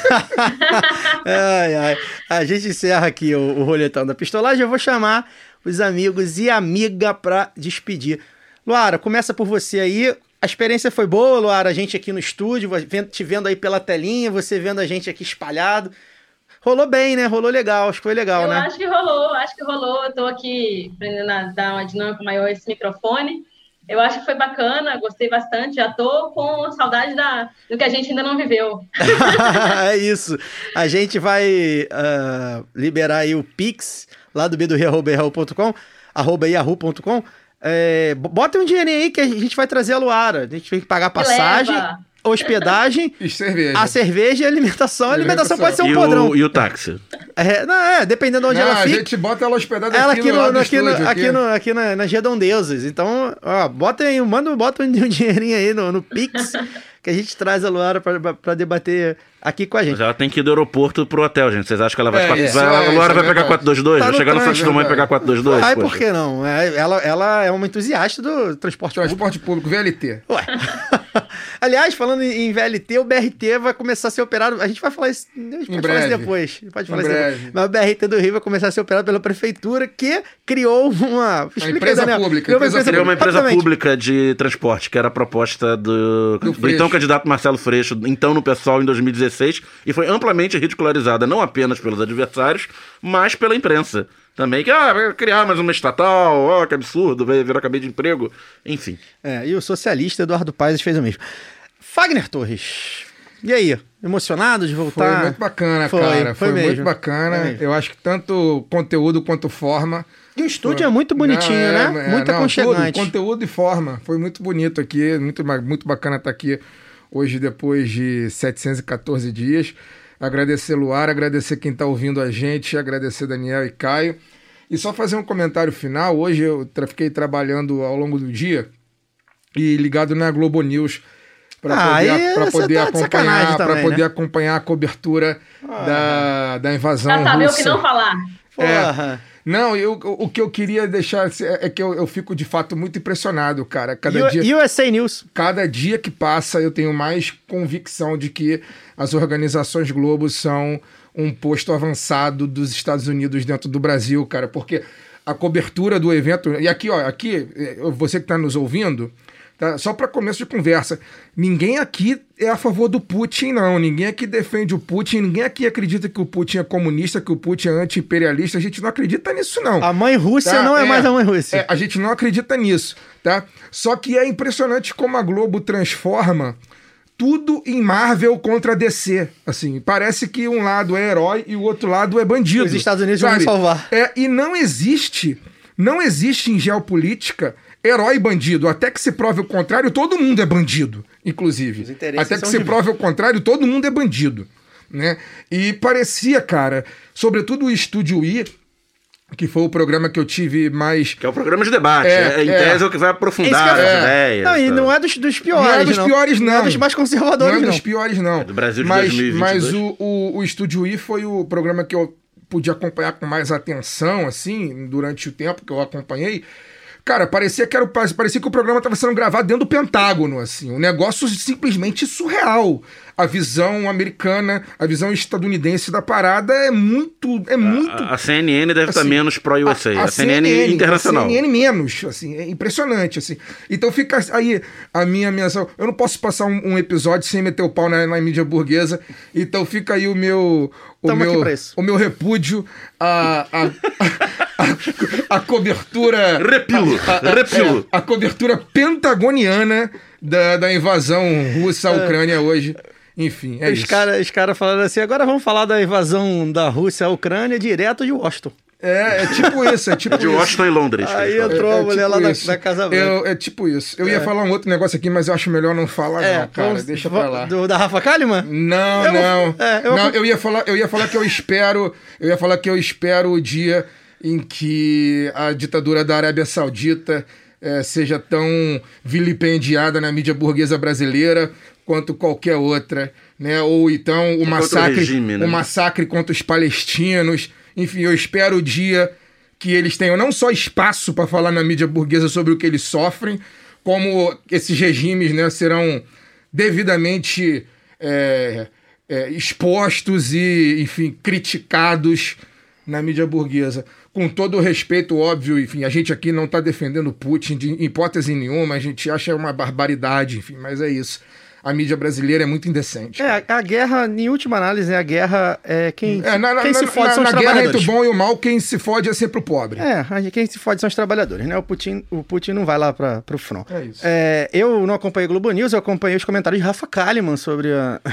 A gente encerra aqui o Roletão da Pistolagem. Eu vou chamar os amigos e amiga para despedir. Luara, começa por você aí. A experiência foi boa, Luara, a gente aqui no estúdio, te vendo aí pela telinha, você vendo a gente aqui espalhado. Rolou bem, né? Rolou legal, acho que foi legal, né? Acho que rolou. Eu tô aqui aprendendo a dar uma dinâmica maior esse microfone. Eu acho que foi bacana, gostei bastante. Já tô com saudade do que a gente ainda não viveu. É isso. A gente vai liberar aí o Pix, lá do @yahoo.com. Bota um dinheirinho aí que a gente vai trazer a Luara. A gente tem que pagar passagem, hospedagem, e cerveja. A cerveja e a alimentação. A alimentação pode ser um podrão. E o táxi. Dependendo de onde ela fica. A gente bota ela hospedada aqui nas redondezas. Então, bota um dinheirinho aí no Pix, que a gente traz a Luara pra debater aqui com a gente. Mas ela tem que ir do aeroporto pro hotel, gente. Vocês acham que ela vai... a Luara vai pegar 422? Vai chegar no Santos Dumont e pegar 422? Ai, por que não? Ela é uma entusiasta do transporte público, VLT. Ué. Aliás, falando em VLT, o BRT vai começar a ser operado... A gente vai falar isso... depois. Mas o BRT do Rio vai começar a ser operado pela prefeitura, que criou uma... empresa pública. Criou uma empresa pública de transporte, que era a proposta do então candidato Marcelo Freixo, então no PSOL em 2016, e foi amplamente ridicularizada, não apenas pelos adversários, mas pela imprensa. Também que, vai criar mais uma estatal, que absurdo, vai virar cabide de emprego, enfim. E o socialista Eduardo Paes fez o mesmo. Fagner Torres, e aí? Emocionado de voltar? Foi muito bacana, cara. Foi mesmo. Muito bacana. Eu acho que tanto conteúdo quanto forma. E o estúdio é muito bonitinho, né? Muito aconchegante. Tudo, conteúdo e forma. Foi muito bonito aqui, muito bacana estar aqui hoje, depois de 714 dias. Agradecer Luara, agradecer quem está ouvindo a gente, agradecer Daniel e Caio. E só fazer um comentário final. Hoje eu fiquei trabalhando ao longo do dia e ligado na Globo News para poder acompanhar a cobertura da invasão russa. Pra saber o que não falar. Não, o que eu queria deixar é que eu fico de fato muito impressionado, cara. USA News. Cada dia que passa eu tenho mais convicção de que as organizações Globo são um posto avançado dos Estados Unidos dentro do Brasil, cara, porque a cobertura do evento... E aqui, você que está nos ouvindo... Tá? Só para começo de conversa, ninguém aqui é a favor do Putin, não. Ninguém aqui defende o Putin, ninguém aqui acredita que o Putin é comunista, que o Putin é anti-imperialista. A gente não acredita nisso, não. A mãe Rússia não é mais a mãe Rússia. A gente não acredita nisso, tá? Só que é impressionante como a Globo transforma tudo em Marvel contra DC. Assim, parece que um lado é herói e o outro lado é bandido. Os Estados Unidos vão salvar. E não existe não existe em geopolítica herói e bandido. Até que se prove o contrário, todo mundo é bandido, inclusive. Até que se prove o contrário, todo mundo é bandido, né? E parecia, cara, sobretudo o Estúdio I, que foi o programa que eu tive mais... Que é o programa de debate. Em tese é o que vai aprofundar as ideias. Não, e não é dos piores, não. É dos piores, não. Não é dos mais conservadores, não. É dos piores, não. É do Brasil de 2022. Mas o Estúdio I foi o programa que eu pude acompanhar com mais atenção, assim, durante o tempo que eu acompanhei. Cara, parecia que o programa estava sendo gravado dentro do Pentágono, assim. Um negócio simplesmente surreal. A visão americana, a visão estadunidense da parada é muito... A CNN deve estar menos pró-USA. A CNN internacional. A CNN menos, assim. É impressionante, assim. Então fica aí a minha menção. Eu não posso passar um episódio sem meter o pau na mídia burguesa. Então fica aí o meu repúdio a cobertura... Repilo. A cobertura pentagoniana da invasão russa à Ucrânia hoje. Enfim, isso. Os caras falando assim, agora vamos falar da invasão da Rússia à Ucrânia direto de Washington. É tipo isso, de Washington e Londres. Aí entrou a mulher lá da Casa Branca. É tipo isso. Eu ia falar um outro negócio aqui, mas eu acho melhor não falar, não, cara. Deixa pra lá. Da Rafa Kalimann? Não. Eu ia falar que eu espero o dia em que a ditadura da Arábia Saudita seja tão vilipendiada na mídia burguesa brasileira quanto qualquer outra, né? Ou então o massacre contra os palestinos. Enfim, eu espero o dia que eles tenham não só espaço para falar na mídia burguesa sobre o que eles sofrem, como esses regimes, né, serão devidamente expostos e, enfim, criticados na mídia burguesa. Com todo o respeito, óbvio, enfim, a gente aqui não está defendendo Putin de hipótese nenhuma, a gente acha uma barbaridade, enfim, mas é isso. A mídia brasileira é muito indecente. A guerra, em última análise, a guerra é quem se fode são os trabalhadores. Na guerra entre o bom e o mal, quem se fode é sempre o pobre. Quem se fode são os trabalhadores, né? O Putin não vai lá pro front. É isso. Eu não acompanhei Globo News, eu acompanhei os comentários de Rafa Kalimann sobre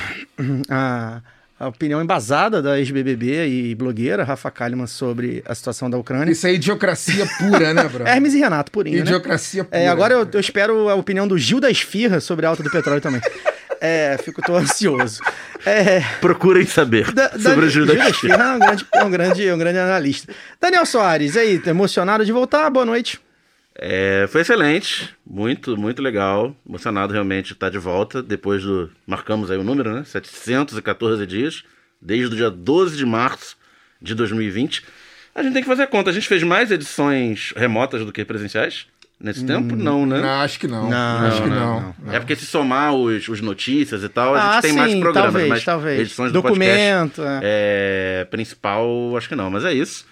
a opinião embasada da ex-BBB e blogueira Rafa Kalimann sobre a situação da Ucrânia. Isso é idiocracia pura, né, bro? Hermes e Renato, purinho, idiocracia pura. Agora eu espero a opinião do Gil da Esfirra sobre a alta do petróleo também. Tô ansioso. Procurem saber sobre o Gil da Esfirra. É um grande analista. Daniel Soares, e aí, tá emocionado de voltar? Boa noite. Foi excelente, muito, muito legal, emocionado realmente de estar de volta, depois marcamos aí o número, né, 714 dias, desde o dia 12 de março de 2020, a gente tem que fazer a conta, a gente fez mais edições remotas do que presenciais nesse tempo? Não, né? Não, acho que não. Acho que não. É porque se somar os notícias e tal, a gente tem mais programas, talvez. Edições do documento, podcast principal, acho que não, mas é isso.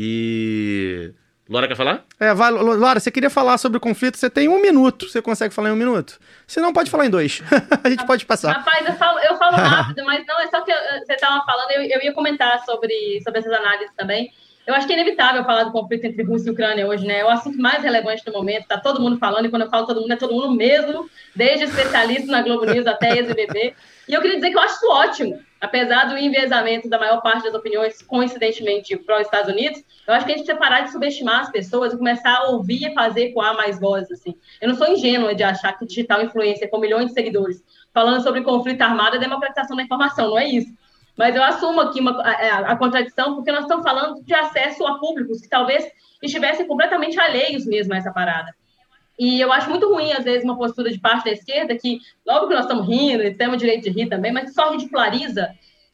E... Laura quer falar? Laura, você queria falar sobre o conflito, você tem 1 minuto, você consegue falar em 1 minuto? Se não, pode falar em 2. A gente pode passar. Rapaz, eu falo rápido, mas não, é só que você estava falando, eu ia comentar sobre essas análises também. Eu acho que é inevitável falar do conflito entre Rússia e Ucrânia hoje, né? É o assunto mais relevante no momento, tá todo mundo falando, e quando eu falo todo mundo, é todo mundo mesmo, desde especialista na Globo News até ex-BBB. E eu queria dizer que eu acho isso ótimo, apesar do enviesamento da maior parte das opiniões, coincidentemente, pró-Estados Unidos, eu acho que a gente precisa parar de subestimar as pessoas e começar a ouvir e fazer ecoar mais vozes, assim. Eu não sou ingênua de achar que digital influencer com milhões de seguidores, falando sobre conflito armado e democratização da informação, não é isso. Mas eu assumo aqui a contradição, porque nós estamos falando de acesso a públicos que talvez estivessem completamente alheios mesmo a essa parada. E eu acho muito ruim, às vezes, uma postura de parte da esquerda que, logo que nós estamos rindo, e temos o direito de rir também, mas só ridiculariza,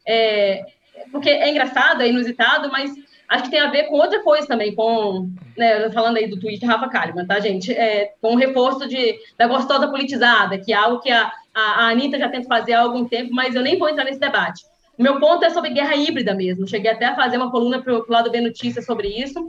porque é engraçado, é inusitado, mas acho que tem a ver com outra coisa também, falando aí do tweet de Rafa Kalimann, tá, gente? Com o reforço da gostosa politizada, que é algo que a Anitta já tenta fazer há algum tempo, mas eu nem vou entrar nesse debate. O meu ponto é sobre guerra híbrida mesmo. Cheguei até a fazer uma coluna para o lado B Notícias sobre isso.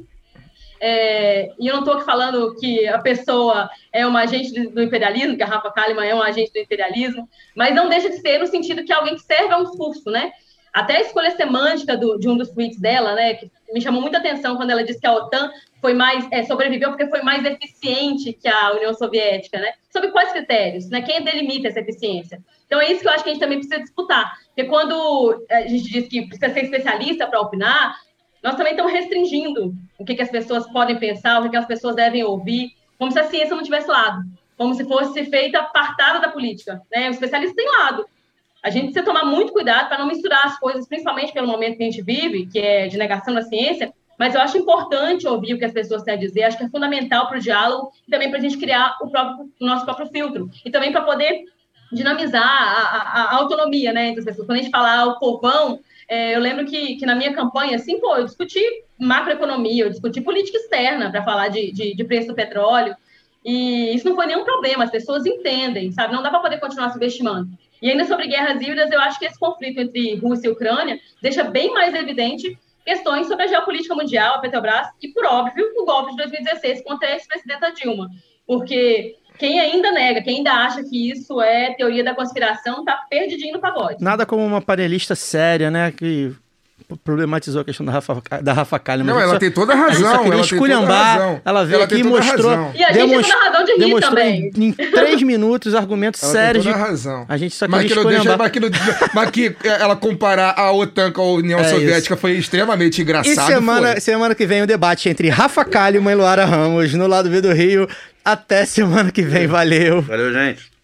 E eu não estou aqui falando que a pessoa é uma agente do imperialismo, que a Rafa Kalimann é um agente do imperialismo, mas não deixa de ser no sentido que alguém que serve a um discurso, né? Até a escolha semântica de um dos tweets dela, né, que me chamou muita atenção quando ela disse que a OTAN sobreviveu porque foi mais eficiente que a União Soviética, né? Sob quais critérios? Né? Quem delimita essa eficiência? Então é isso que eu acho que a gente também precisa disputar. Porque quando a gente diz que precisa ser especialista para opinar, nós também estamos restringindo o que as pessoas podem pensar, o que as pessoas devem ouvir, como se a ciência não tivesse lado, como se fosse feita apartada da política, né? Os especialistas têm lado. A gente precisa tomar muito cuidado para não misturar as coisas, principalmente pelo momento que a gente vive, que é de negação da ciência, mas eu acho importante ouvir o que as pessoas têm a dizer, acho que é fundamental para o diálogo e também para a gente criar o nosso próprio filtro, e também para poder dinamizar a autonomia, né, entre as pessoas. Quando a gente fala o povão, eu lembro que na minha campanha, assim, eu discuti macroeconomia, eu discuti política externa para falar de preço do petróleo, e isso não foi nenhum problema, as pessoas entendem, sabe? Não dá para poder continuar subestimando. E ainda sobre guerras híbridas, eu acho que esse conflito entre Rússia e Ucrânia deixa bem mais evidente questões sobre a geopolítica mundial, a Petrobras, e, por óbvio, o golpe de 2016 contra a ex-presidenta Dilma. Porque quem ainda nega, quem ainda acha que isso é teoria da conspiração, está perdidinho no pagode. Nada como uma panelista séria, né, que problematizou a questão da Rafa Kalimann. Não, ela tem toda a razão. Ela queria esculhambar, ela veio aqui e mostrou... E a gente tem toda a razão de rir também. Em 3 minutos, argumentos sérios. Tem toda a razão. A gente só queria esculhambar. Mas que ela comparar a OTAN com a União Soviética foi extremamente engraçado. E semana que vem o debate entre Rafa Kalimann e Luara Ramos, no Lado B do Rio. Até semana que vem. Valeu. Valeu, gente.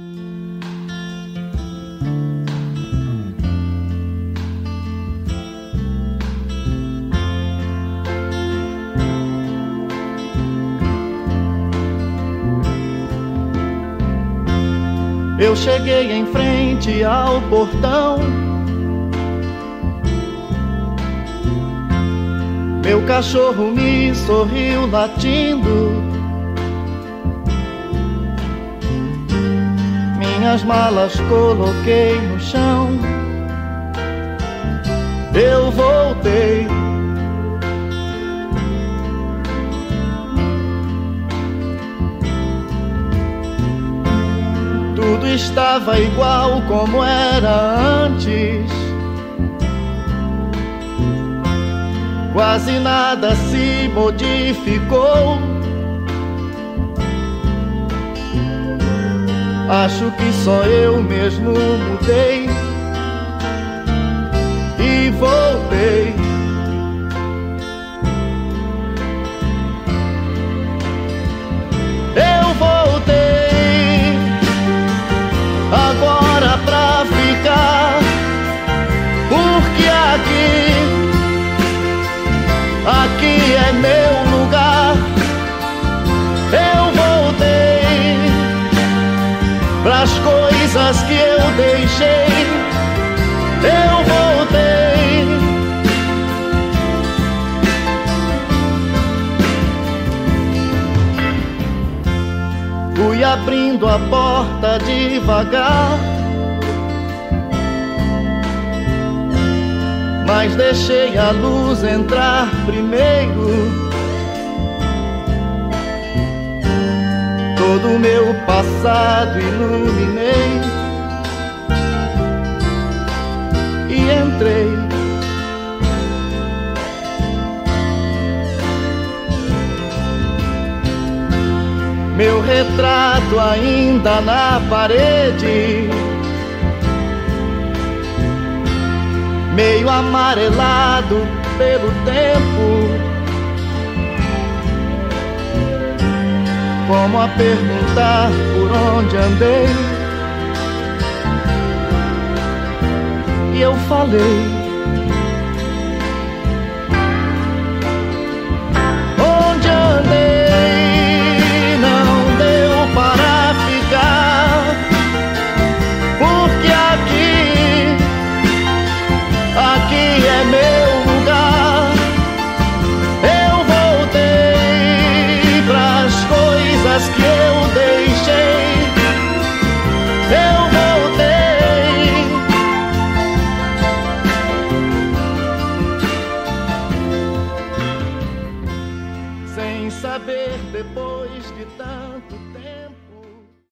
Eu cheguei em frente ao portão, meu cachorro me sorriu latindo, minhas malas coloquei no chão, eu voltei. Tudo estava igual como era antes, quase nada se modificou. Acho que só eu mesmo mudei e voltei. Eu voltei agora pra ficar, porque aqui é meu lugar. Eu voltei pras coisas que eu deixei. Eu voltei. Fui abrindo a porta devagar, mas deixei a luz entrar primeiro. Todo o meu passado iluminei e entrei. Meu retrato ainda na parede, meio amarelado pelo tempo, como a perguntar por onde andei. E eu falei: onde andei? Porque aqui é meu lugar. Eu voltei pras coisas que eu deixei. Eu voltei sem saber depois de tanto tempo.